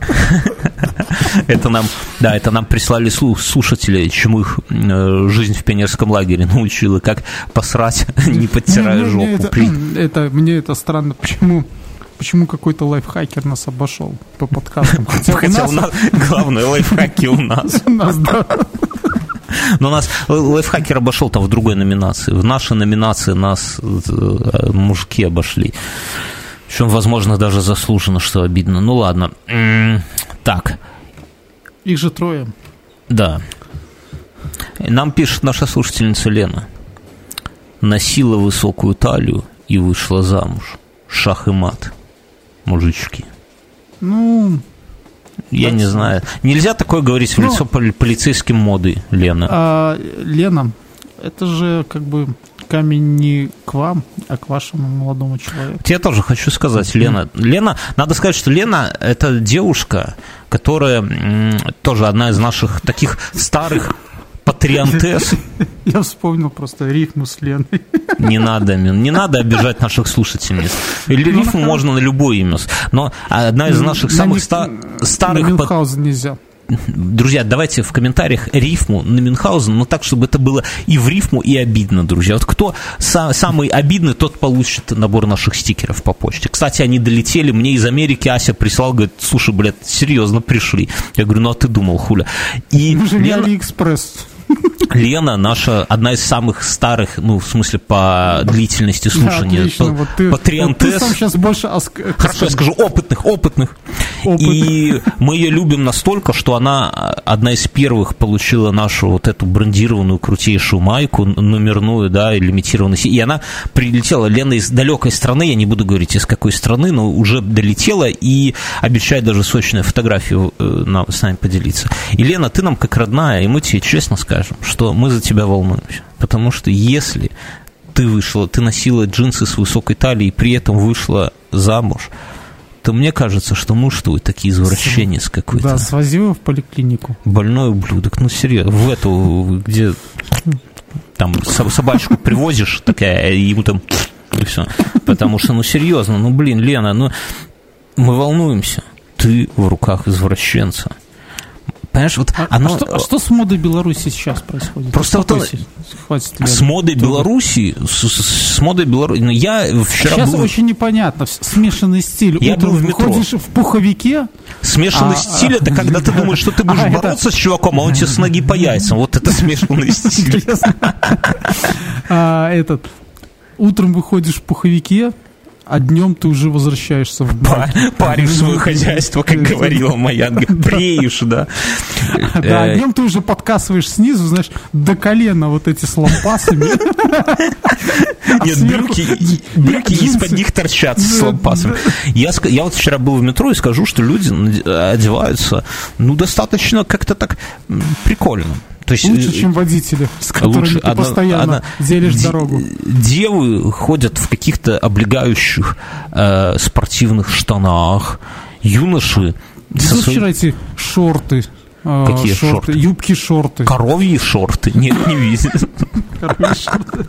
Это нам прислали слушатели, чему их жизнь в пионерском лагере научила, как посрать, не подтирая жопу. Мне это странно, почему какой-то лайфхакер нас обошел по подкастам. Хотя у нас главное лайфхаки у нас. У нас, да. Но нас лайфхакер обошел там в другой номинации. В нашей номинации нас мужики обошли. Причем, возможно, даже заслуженно, что обидно. Ну ладно. Так. Их же трое. Да. Нам пишет наша слушательница Лена. Носила высокую талию и вышла замуж. Шах и мат. Мужички. Я не знаю. Нельзя такое говорить в лицо полицейским моды, Лена. Лена, это же как бы камень не к вам, а к вашему молодому человеку. Я тоже хочу сказать, Лена, надо сказать, что Лена – это девушка, которая тоже одна из наших таких старых патриантесс. Я вспомнил просто рифму с Леной. Не надо обижать наших слушательниц. Рифму можно на любое имя. Но одна из наших самых старых... На Мюнхгаузен нельзя. Друзья, давайте в комментариях рифму на Мюнхгаузен, но так, чтобы это было и в рифму, и обидно, друзья. Вот кто самый обидный, тот получит набор наших стикеров по почте. Кстати, они долетели, мне из Америки Ася прислал, говорит, слушай, блядь, серьезно пришли. Я говорю, а ты думал, хуля. Мы же не Алиэкспресс. Лена наша одна из самых старых, в смысле по длительности слушания, патриантесс. Ты сам сейчас больше... Хорошо, я скажу, опытных. И мы ее любим настолько, что она одна из первых получила нашу вот эту брендированную крутейшую майку, номерную, да, лимитированную. И она прилетела, Лена из далекой страны, я не буду говорить из какой страны, но уже долетела и обещает даже сочную фотографию с нами поделиться. И, Лена, ты нам как родная, и мы тебе честно скажем, что мы за тебя волнуемся. Потому что если ты носила джинсы с высокой талией и при этом вышла замуж, то мне кажется, что муж твой такие извращенец какой-то. Да, свози его в поликлинику. Больной ублюдок, серьезно. В эту, где там собачку привозишь, такая, и ему там, и все. Потому что, серьезно, Лена, мы волнуемся. Ты в руках извращенца. Понимаешь, что с модой Беларуси сейчас происходит? Просто с модой Беларуси, я вчера сейчас был... очень непонятно, смешанный стиль. Я был в метро. Ходишь в пуховике. Смешанный стиль – это когда ты думаешь, что ты будешь бороться с чуваком, а он тебе с ноги по яйцам. Вот это смешанный стиль. Утром выходишь в пуховике, а днем ты уже возвращаешься в брак. Паришь свое хозяйство, как говорила моя, бреешь, да. Да, а днем ты уже подкасываешь снизу, знаешь, до колена вот эти с лампасами. Нет, брюки из-под них торчат с лампасами. Я вот вчера был в метро и скажу, что люди одеваются, достаточно как-то так прикольно. То есть, лучше, чем водители, с которыми ты постоянно делишь дорогу. Девы ходят в каких-то облегающих спортивных штанах, юноши... Вчера эти шорты. Какие шорты? Юбки-шорты. Коровьи шорты? Нет, не видел. Коровьи шорты.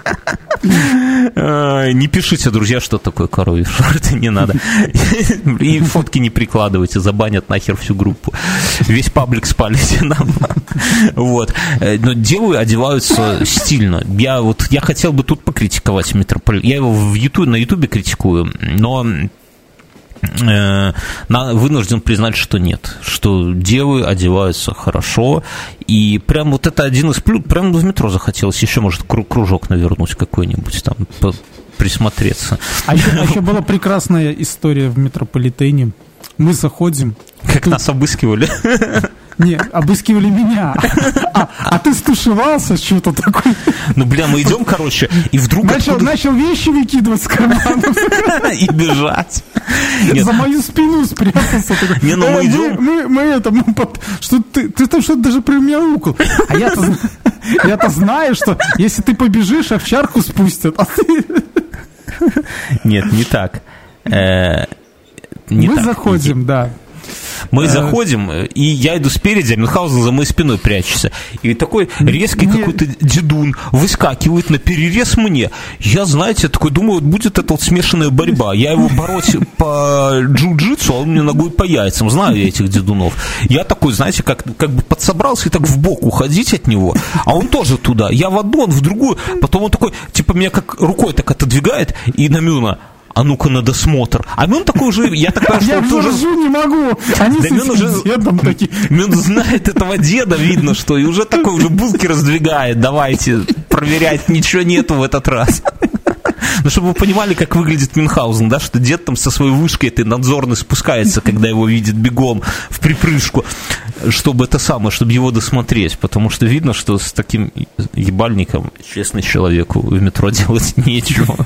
Не пишите, друзья, что такое коровьи шорты, не надо. И фотки не прикладывайте, забанят нахер всю группу. Весь паблик спалите нам. Вот. Но девы одеваются стильно. Я хотел бы тут покритиковать Метрополитен. Я его на Ютубе критикую, но... вынужден признать, что нет, что девы одеваются хорошо, и прям вот это один из плюсов, прям в метро захотелось еще, может, кружок навернуть какой-нибудь там, присмотреться. А еще была прекрасная история в Метрополитене. Мы заходим. Как нас обыскивали. Не, обыскивали меня. А ты стушевался, что-то такое. Ну, бля, мы идем, короче, и вдруг... Начал вещи выкидывать с карманов. И бежать. За мою спину спрятался. Не, ну мы идем... Что ты там что-то даже примяукал. А я-то знаю, что если ты побежишь, овчарку спустят. Нет, не так. Мы заходим, да. Мы заходим, и я иду спереди, а Мюнхгаузен за моей спиной прячется. И такой резкий какой-то дедун выскакивает на перерез мне. Я, знаете, такой думаю, вот будет эта вот смешанная борьба. Я его бороть по джиу-джитсу, а он мне ногой по яйцам. Знаю я этих дедунов. Я такой, знаете, как бы подсобрался и так в бок уходить от него. А он тоже туда. Я в одну, он в другую. Потом он такой, типа, меня как рукой так отодвигает, и на Мюна: а ну-ка на досмотр. А Мюн такой уже, я так понимаю, что я он тоже... Я не могу. Они да с уже... дедом такие. Мюн знает этого деда, видно, что, и уже такой уже булки раздвигает. Давайте проверять, ничего нету в этот раз. Ну, чтобы вы понимали, как выглядит Мюнхгаузен, да, что дед там со своей вышкой этой надзорной спускается, когда его видит бегом в припрыжку, чтобы это самое, чтобы его досмотреть, потому что видно, что с таким ебальником честный человеку в метро делать нечего.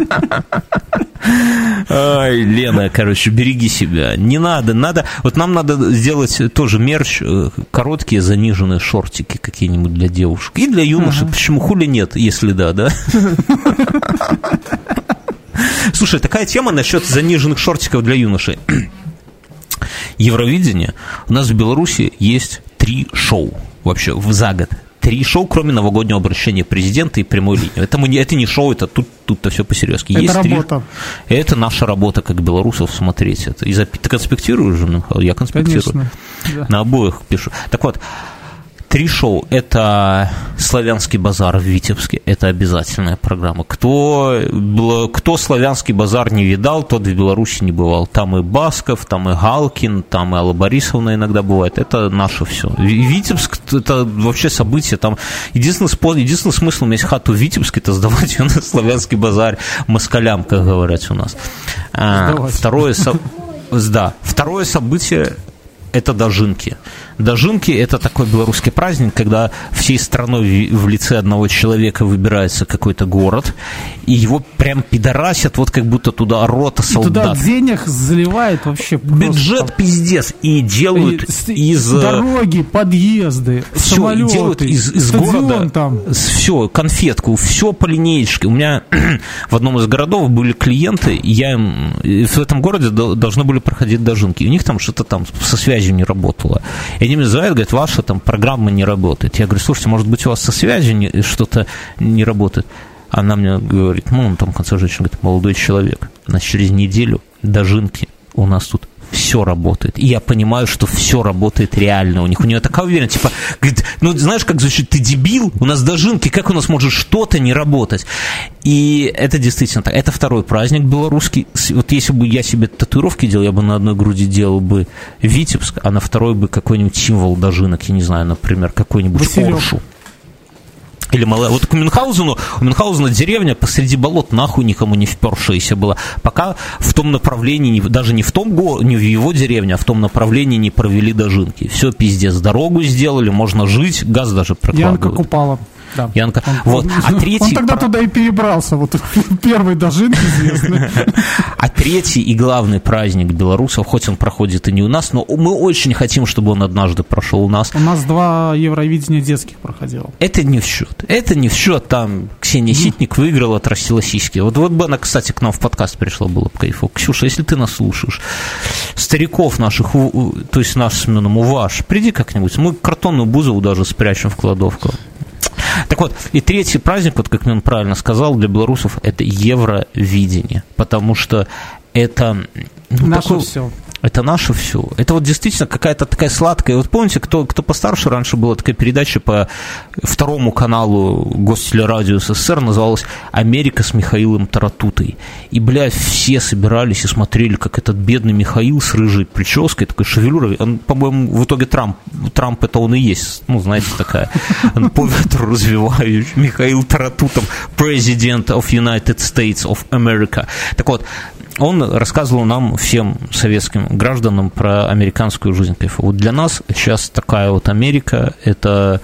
Ай, Лена, короче, береги себя. Не надо. Вот нам надо сделать тоже мерч, короткие заниженные шортики какие-нибудь для девушек. И для юношей. Почему хули нет, если да? Слушай, такая тема насчет заниженных шортиков для юношей. Евровидение. У нас в Беларуси есть 3 шоу вообще за год. 3 шоу, кроме новогоднего обращения президента и прямой линии. Это не шоу, это тут-то все по-серьезки. Это есть работа. Это наша работа, как белорусов, смотреть это. Ты конспектируешь же, Михаил? Я конспектирую. Конечно, да. На обоих пишу. Так вот, 3 шоу. Это «Славянский базар» в Витебске. Это обязательная программа. Кто «Славянский базар» не видал, тот в Беларуси не бывал. Там и Басков, там и Галкин, там и Алла Борисовна иногда бывает. Это наше все. Витебск – это вообще событие. Там единственный смысл иметь хату в Витебске – это сдавать ее на «Славянский базар» москалям, как говорят у нас. Второе событие – это дожинки. Дожинки – это такой белорусский праздник, когда всей страной в лице одного человека выбирается какой-то город, и его прям пидорасят, вот как будто туда рота солдат. И туда денег заливают вообще. Бюджет пиздец. И делают из... Дороги, подъезды, все, самолеты, делают из города там. Все, конфетку, все по линеечке. У меня в одном из городов были клиенты, и я им в этом городе должны были проходить дожинки. У них там что-то там со связью не работало. И они мне звонят, говорят, ваша там программа не работает. Я говорю, слушайте, может быть, у вас со связью что-то не работает? Она мне говорит, там в конце женщина говорит, молодой человек, значит, через неделю дожинки у нас тут все работает. И я понимаю, что все работает реально у них. У нее такая уверенность, типа, говорит, знаешь, как звучит, ты дебил, у нас дожинки, как у нас может что-то не работать? И это действительно так. Это второй праздник белорусский. Вот если бы я себе татуировки делал, я бы на одной груди делал бы Витебск, а на второй бы какой-нибудь символ дожинок, я не знаю, например, какой-нибудь Оршу. Или вот у Мюнхгаузена деревня посреди болот, нахуй никому не впершаяся была. Пока в том направлении, даже не в его деревне, а в том направлении не провели дожинки. Все, пиздец, дорогу сделали, можно жить, газ даже прокладывают. Янка Купала. Да. Янка. Он тогда туда и перебрался, вот первый дожинки известный. А третий и главный праздник белорусов, хоть он проходит и не у нас, но мы очень хотим, чтобы он однажды прошел у нас. У нас 2 Евровидения детских проходило. Это не в счет. Там Ксения Ситник выиграла, отрастила сиськи. Вот бы она, кстати, к нам в подкаст пришла, было бы кайфово. Ксюша, если ты нас слушаешь, стариков наших, то есть нас с Мюном, уваж, приди как-нибудь. Мы картонную бузову даже спрячем в кладовку. Так вот, и третий праздник, вот как Мюн правильно сказал, для белорусов это Евровидение, потому что это... наше все. Это наше все. Это вот действительно какая-то такая сладкая. Вот помните, кто постарше, раньше была такая передача по 2 каналу Гостелерадио СССР, называлась «Америка с Михаилом Таратутой». И, блядь, все собирались и смотрели, как этот бедный Михаил с рыжей прической, такой шевелюрой. Он, по-моему, в итоге Трамп это он и есть. Знаете, такая по ветру развивающий Михаил Таратутов, President of United States of America. Так вот, он рассказывал нам, всем советским гражданам, про американскую жизнь. Вот для нас сейчас такая вот Америка – это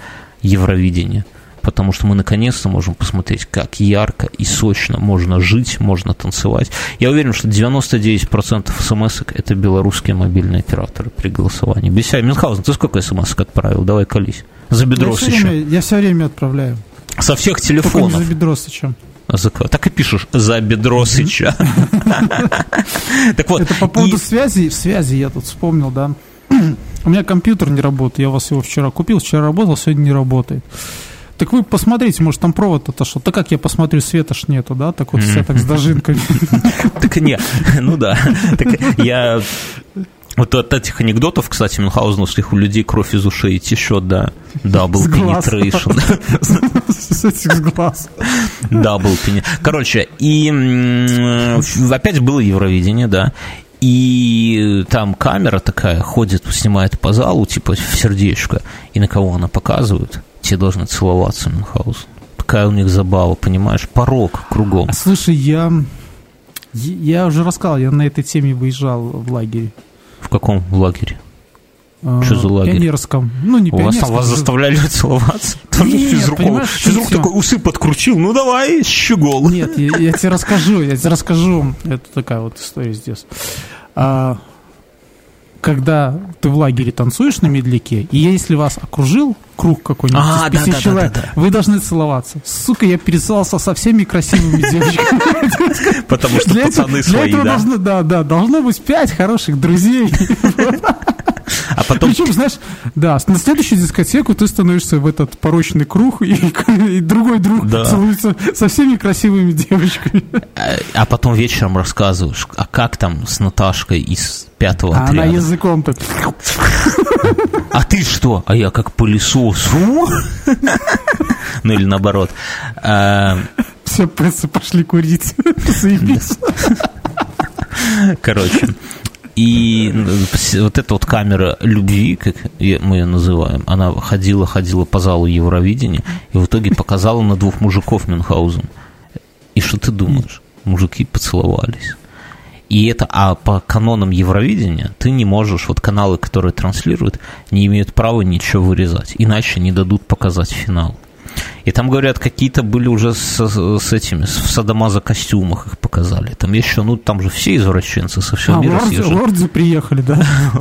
Евровидения, потому что мы наконец-то можем посмотреть, как ярко и сочно можно жить, можно танцевать. Я уверен, что 99% смс-ок – это белорусские мобильные операторы при голосовании. Без себя. Мюнхгаузен, ты сколько смс-ок отправил? Давай колись. За Бедросыча. Я все время отправляю. Со всех телефонов. Только не за Бедросыча. Так и пишешь «за Бедросыча». Так вот. Это по поводу связи. В связи я тут вспомнил, да. У меня компьютер не работает. Я у вас его вчера купил, вчера работал, сегодня не работает. Так вы посмотрите, может, там провод отошел. Так как я посмотрю, света ж нету, да? Так вот все так с дожинками. Так не, ну да. Я... Вот от этих анекдотов, кстати, мюнхгаузеновских, у людей кровь из ушей течет, да. Double penetration. С этих глаз. Double penetration. Короче, и опять было Евровидение, да. И там камера такая ходит, снимает по залу, типа в сердечко. И на кого она показывает? Те должны целоваться, Мюнхгаузен. Такая у них забава, понимаешь? Порог кругом. Слушай, я уже рассказал, я на этой теме выезжал в лагере. В каком лагере? Что за лагерь? Пионерском. Ну, не пионерском. Вас заставляли целоваться? Там же физрук такой усы подкрутил. Ну, давай, щегол. Нет, я тебе расскажу. Это такая вот история здесь. Когда ты в лагере танцуешь на медляке, и если вас окружил круг какой-нибудь из 5 человек, вы должны целоваться. Сука, я пересылался со всеми красивыми девочками. Потому что пацаны свои, да? Должно быть 5 хороших друзей. А потом... Причем, знаешь, да, на следующую дискотеку ты становишься в этот порочный круг, и другой друг целуется со всеми красивыми девочками. А потом вечером рассказываешь, а как там с Наташкой из 5-го отряда? Она языком-то... А ты что? А я как пылесос. Ну или наоборот. Все прессы пошли курить. Заебись. Короче... И вот эта вот камера любви, как мы ее называем, она ходила по залу Евровидения и в итоге показала на 2 мужиков Мюнхгаузен. И что ты думаешь? Мужики поцеловались. И это, а по канонам Евровидения ты не можешь, вот каналы, которые транслируют, не имеют права ничего вырезать, иначе не дадут показать финал. И там, говорят, какие-то были уже с этими, в садомазо-костюмах их показали. Там еще, ну, там же все извращенцы со всего мира съезжали. Лордзи приехали, да?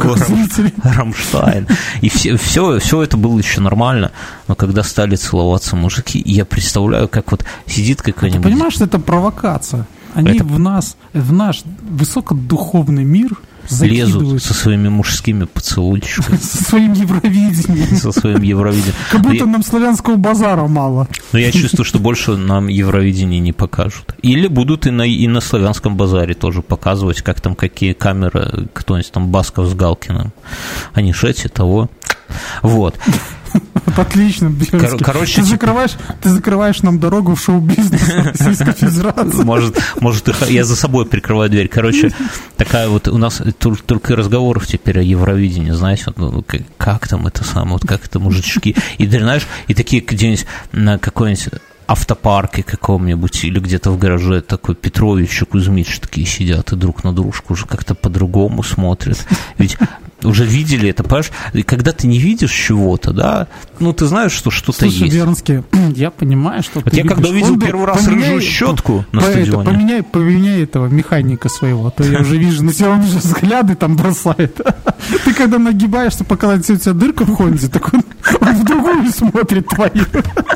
Рамштайн. И все это было еще нормально. Но когда стали целоваться мужики, я представляю, как вот сидит какой-нибудь... Ты понимаешь, что это провокация? Они в наш высокодуховный мир лезут со своими мужскими поцелуйчиками. Со своим Евровидением. Как будто нам славянского базара мало. Но я чувствую, что больше нам Евровидение не покажут. Или будут и на славянском базаре тоже показывать, как там какие камеры, кто-нибудь там Басков с Галкиным. Они шети того. Вот. Отлично, короче, ты закрываешь нам дорогу в шоу-бизнес Российской Федерации. Может, я за собой прикрываю дверь. Короче, такая вот у нас только разговоров теперь о Евровидении, знаете, вот, как там это самое, вот как это мужички. И ты знаешь, и такие где-нибудь на какой-нибудь автопарке каком-нибудь или где-то в гараже такой Петрович и Кузьмич такие сидят и друг на дружку уже как-то по-другому смотрят. Ведь уже видели это, понимаешь? И когда ты не видишь чего-то, да, ну, ты знаешь, что что-то есть. Слушай, Вернский, я понимаю, что вот ты я когда увидел первый раз рыжую щетку на стадионе. Поменяй этого механика своего, а то я уже вижу, на тебя он уже взгляды там бросает. Ты когда нагибаешься, пока у тебя дырка в Хонде, так он в другую смотрит твою.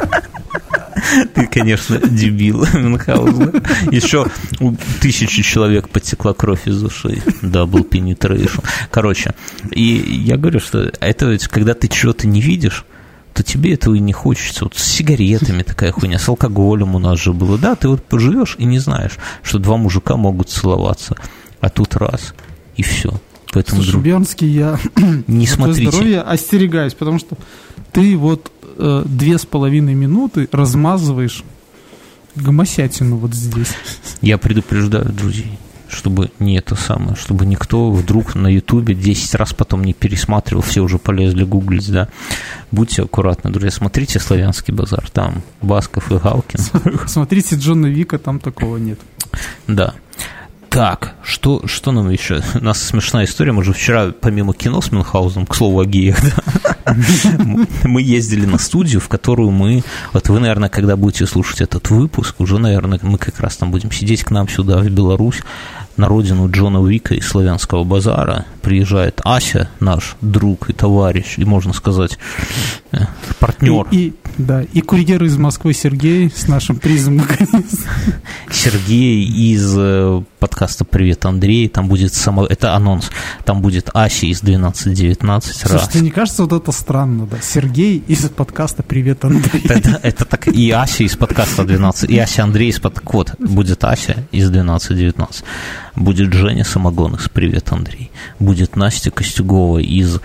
Ты, конечно, дебил, Мюнхгаузен. Еще у 1000 человек потекла кровь из ушей. Double penetration. Короче, и я говорю, что это ведь, когда ты чего-то не видишь, то тебе этого и не хочется. Вот с сигаретами такая хуйня, с алкоголем у нас же было. Да, ты вот поживешь и не знаешь, что 2 мужика могут целоваться. А тут раз, и все. Поэтому, слушай, Бернский, я не смотрите. Здоровья остерегаюсь, потому что ты вот 2,5 минуты размазываешь гомосятину вот здесь. Я предупреждаю друзей, чтобы не это самое, чтобы никто вдруг на Ютубе 10 раз потом не пересматривал, все уже полезли гуглить, да. Будьте аккуратны, друзья, смотрите «Славянский базар», там Басков и Галкин. Смотрите Джона Вика, там такого нет. Да. Так, что нам еще? У нас смешная история. Мы же вчера, помимо кино с Мюнхгаузеном, к слову о геях, да, мы ездили на студию, в которую мы... Вот вы, наверное, когда будете слушать этот выпуск, уже, наверное, мы как раз там будем сидеть к нам сюда, в Беларусь, на родину Джона Уика и Славянского базара. Приезжает Ася, наш друг и товарищ, и, можно сказать, партнер. И курьер из Москвы Сергей с нашим призом наконец. Сергей из подкаста «Привет, Андрей». Там будет это анонс. Там будет Ася из 1219. Слушай, тебе не кажется вот это странно, да? Сергей из подкаста «Привет, Андрей». Это так и Ася из подкаста 12, и Ася Андрей из подкаста. Вот, будет Ася из 1219. Будет Женя Самогон из «Привет, Андрей». Будет Настя Костюгова из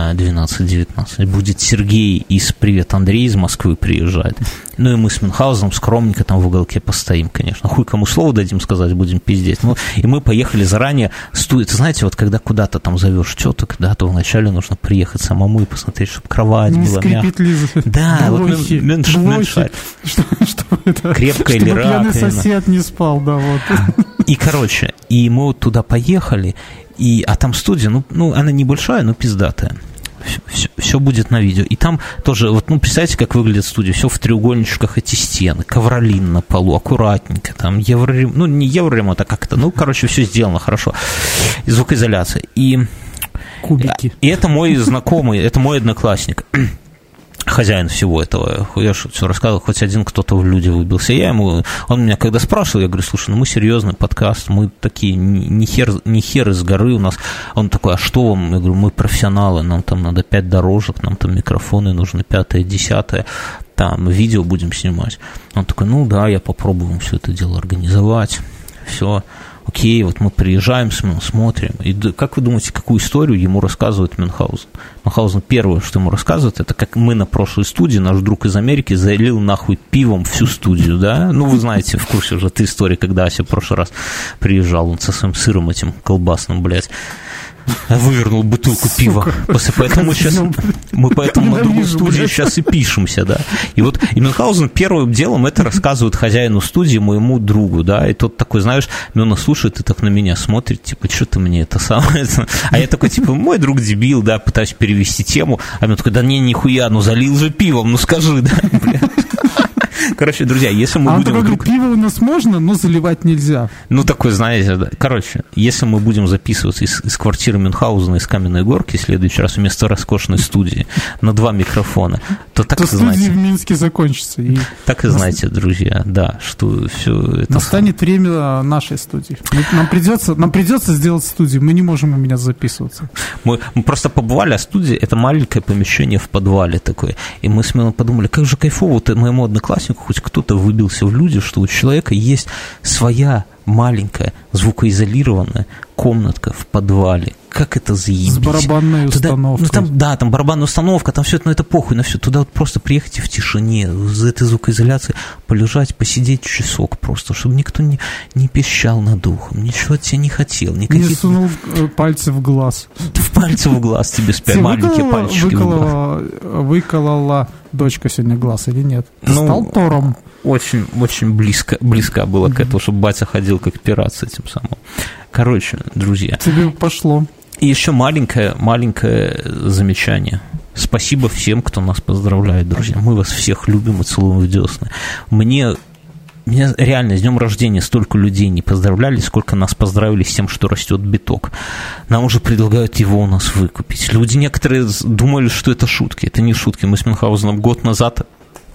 1219. Будет Сергей из «Привет, Андрей» из Москвы приезжает. Ну и мы с Мюнхгаузеном скромненько там в уголке постоим, конечно. Хуй кому слово дадим сказать, будем пиздеть. Ну, и мы поехали заранее. Знаете, вот когда куда-то там зовешь теток, да, то вначале нужно приехать самому и посмотреть, чтобы кровать была мягкая. Да, вот Мюншарь. Крепкая или раковина. Чтобы пьяный сосед не спал, да, вот. И, короче, и мы вот туда поехали, а там студия, ну, она небольшая, но пиздатая. Все будет на видео. И там тоже, вот, представьте, как выглядит студия. Все в треугольничках эти стены, ковролин на полу, аккуратненько, там евроремонт, не евроремонт, а как-то, все сделано хорошо. И звукоизоляция. И кубики. И это мой знакомый, это мой одноклассник. Хозяин всего этого, я же все рассказывал, хоть один кто-то в люди выбился. Он меня когда спрашивал, я говорю, слушай, мы серьезный подкаст, мы такие, не хер из горы у нас. Он такой, а что вам? Я говорю, мы профессионалы, нам там надо 5 дорожек, нам там микрофоны нужны, 5-е, 10-е, там видео будем снимать. Он такой, да, я попробую все это дело организовать, все. Окей, вот мы приезжаем, смотрим. И как вы думаете, какую историю ему рассказывает Мюнхгаузен? Мюнхгаузен первое, что ему рассказывает, это как мы на прошлой студии, наш друг из Америки залил нахуй пивом всю студию, да? Ну, вы знаете, в курсе уже этой истории, когда Ася в прошлый раз приезжал, он со своим сыром этим колбасным, блядь, вывернул бутылку пива. Мы поэтому на другую студию сейчас и пишемся, да. И вот Мюнхгаузен первым делом это рассказывает хозяину студии, моему другу, да, и тот такой, знаешь, Мюна слушает и так на меня смотрит, типа, что ты мне это самое... А я такой, типа, мой друг дебил, да, пытаюсь перевести тему, а Мюна такой, да не, нихуя, залил же пивом, скажи, да, блядь. Короче, друзья, если мы будем... вдруг... Пиво у нас можно, но заливать нельзя. Такой, знаете, да. Короче, если мы будем записываться из квартиры Мюнхгаузена, из Каменной Горки, в следующий раз вместо роскошной студии на 2 микрофона, то так и знаете... студии в Минске закончится. Так и знаете, друзья, да, что все это... Настанет время нашей студии. Нам придется сделать студию, мы не можем у меня записываться. Мы просто побывали, а студия — это маленькое помещение в подвале такое. И мы с Мюном подумали, как же кайфово моему однокласснику хоть кто-то выбился в люди, что у человека есть своя маленькая звукоизолированная комнатка в подвале. Как это заебись. С барабанной установкой. Там барабанная установка, там все это, это похуй на все. Туда вот просто приехать в тишине, за этой звукоизоляцией, полежать, посидеть часок просто, чтобы никто не пищал над ухом, ничего от тебя не хотел. Не сунул пальцы в глаз. В пальцы в глаз тебе спят, маленькие пальчики в глаз. Выколола дочка сегодня глаз или нет? Стал Тором. Очень, очень близко была к этому, чтобы батя ходил как пират с этим самым. Короче, друзья. Тебе пошло. И еще маленькое замечание. Спасибо всем, кто нас поздравляет, друзья. Мы вас всех любим и целуем в десны. Меня реально с днем рождения столько людей не поздравляли, сколько нас поздравили с тем, что растет биток. Нам уже предлагают его у нас выкупить. Люди некоторые думали, что это шутки. Это не шутки. Мы с Мюнхгаузеном год назад,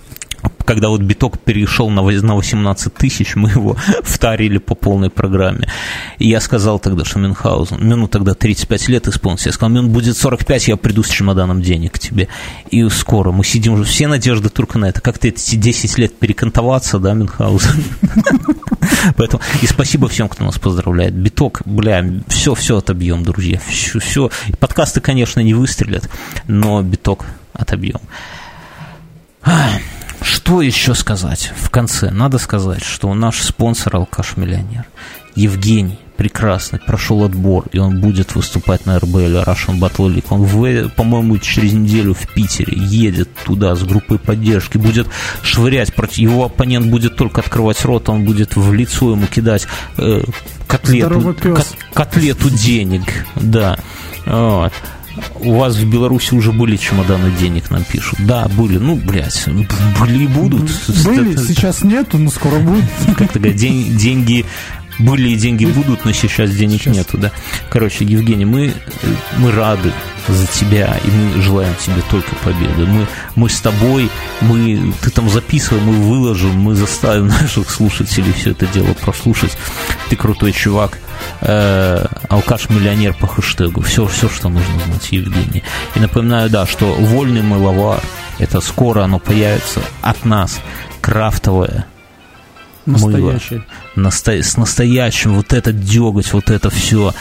когда вот биток перешел на 18 тысяч, мы его втарили по полной программе. И я сказал тогда, что Мюну тогда 35 лет исполнился. Я сказал, Мюн, будет 45, я приду с чемоданом денег к тебе. И скоро мы сидим уже, все надежды только на это. Как ты эти 10 лет перекантоваться, да, Мюнхгаузен? Поэтому и спасибо всем, кто нас поздравляет. Биток, все отобьем, друзья. Все. Подкасты, конечно, не выстрелят, но биток отобьем. Что еще сказать в конце? Надо сказать, что наш спонсор «Алкаш-миллионер» Евгений прекрасный, прошел отбор, и он будет выступать на РБЛ, Russian Battle League. Он, по-моему, через неделю в Питере едет туда с группой поддержки, будет швырять, его оппонент будет только открывать рот, он будет в лицо ему кидать котлету денег, да, вот. У вас в Беларуси уже были чемоданы денег, нам пишут. Да, были. Ну, блядь, были и будут. Были, сейчас нету, но скоро будут. Как-то говорят, деньги были и деньги будут, но сейчас денег нету, да. Короче, Евгений, мы рады за тебя, и мы желаем тебе только победы. Мы с тобой, ты там записывай, мы выложим, мы заставим наших слушателей все это дело прослушать. Ты крутой чувак. Алкаш-миллионер по хэштегу. Все, что нужно знать, Евгений. И напоминаю, да, что вольный мыловар, это скоро оно появится от нас, крафтовое мыло. С настоящим, вот этот деготь, вот это все.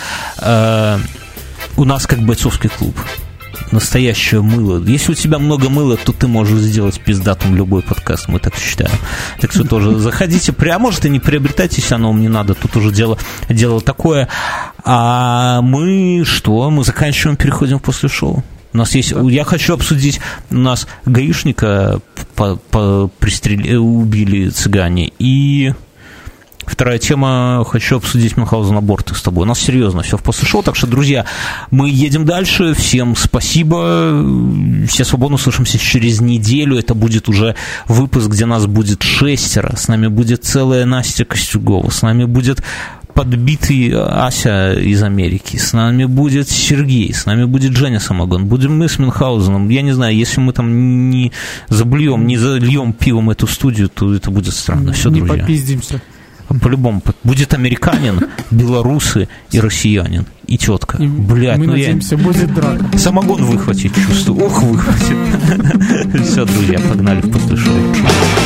У нас как бойцовский клуб. Настоящее мыло. Если у тебя много мыла, то ты можешь сделать пиздатым любой подкаст, мы так считаем. Так что тоже заходите, может и не приобретайтесь, оно вам не надо, тут уже дело такое. А мы заканчиваем, переходим после шоу. У нас есть, я хочу обсудить, у нас гаишника убили цыгане, и вторая тема, хочу обсудить Мюнхгаузен аборты с тобой. У нас серьезно все в после шоу, так что, друзья, мы едем дальше. Всем спасибо. Все свободно, услышимся через неделю. Это будет уже выпуск, где нас будет 6. С нами будет целая Настя Костюгова. С нами будет подбитый Ася из Америки. С нами будет Сергей. С нами будет Женя Самогон. Будем мы с Мюнхгаузеном. Я не знаю, если мы там не зальем пивом эту студию, то это будет странно. Все, друзья. Не попиздимся. По-любому. Будет американин, белорусы и россиянин. И тетка. Блядь, мы надеемся, будет драка. Самогон выхватить, чувствую. Ох, выхватит. Все, друзья, погнали в после шоу.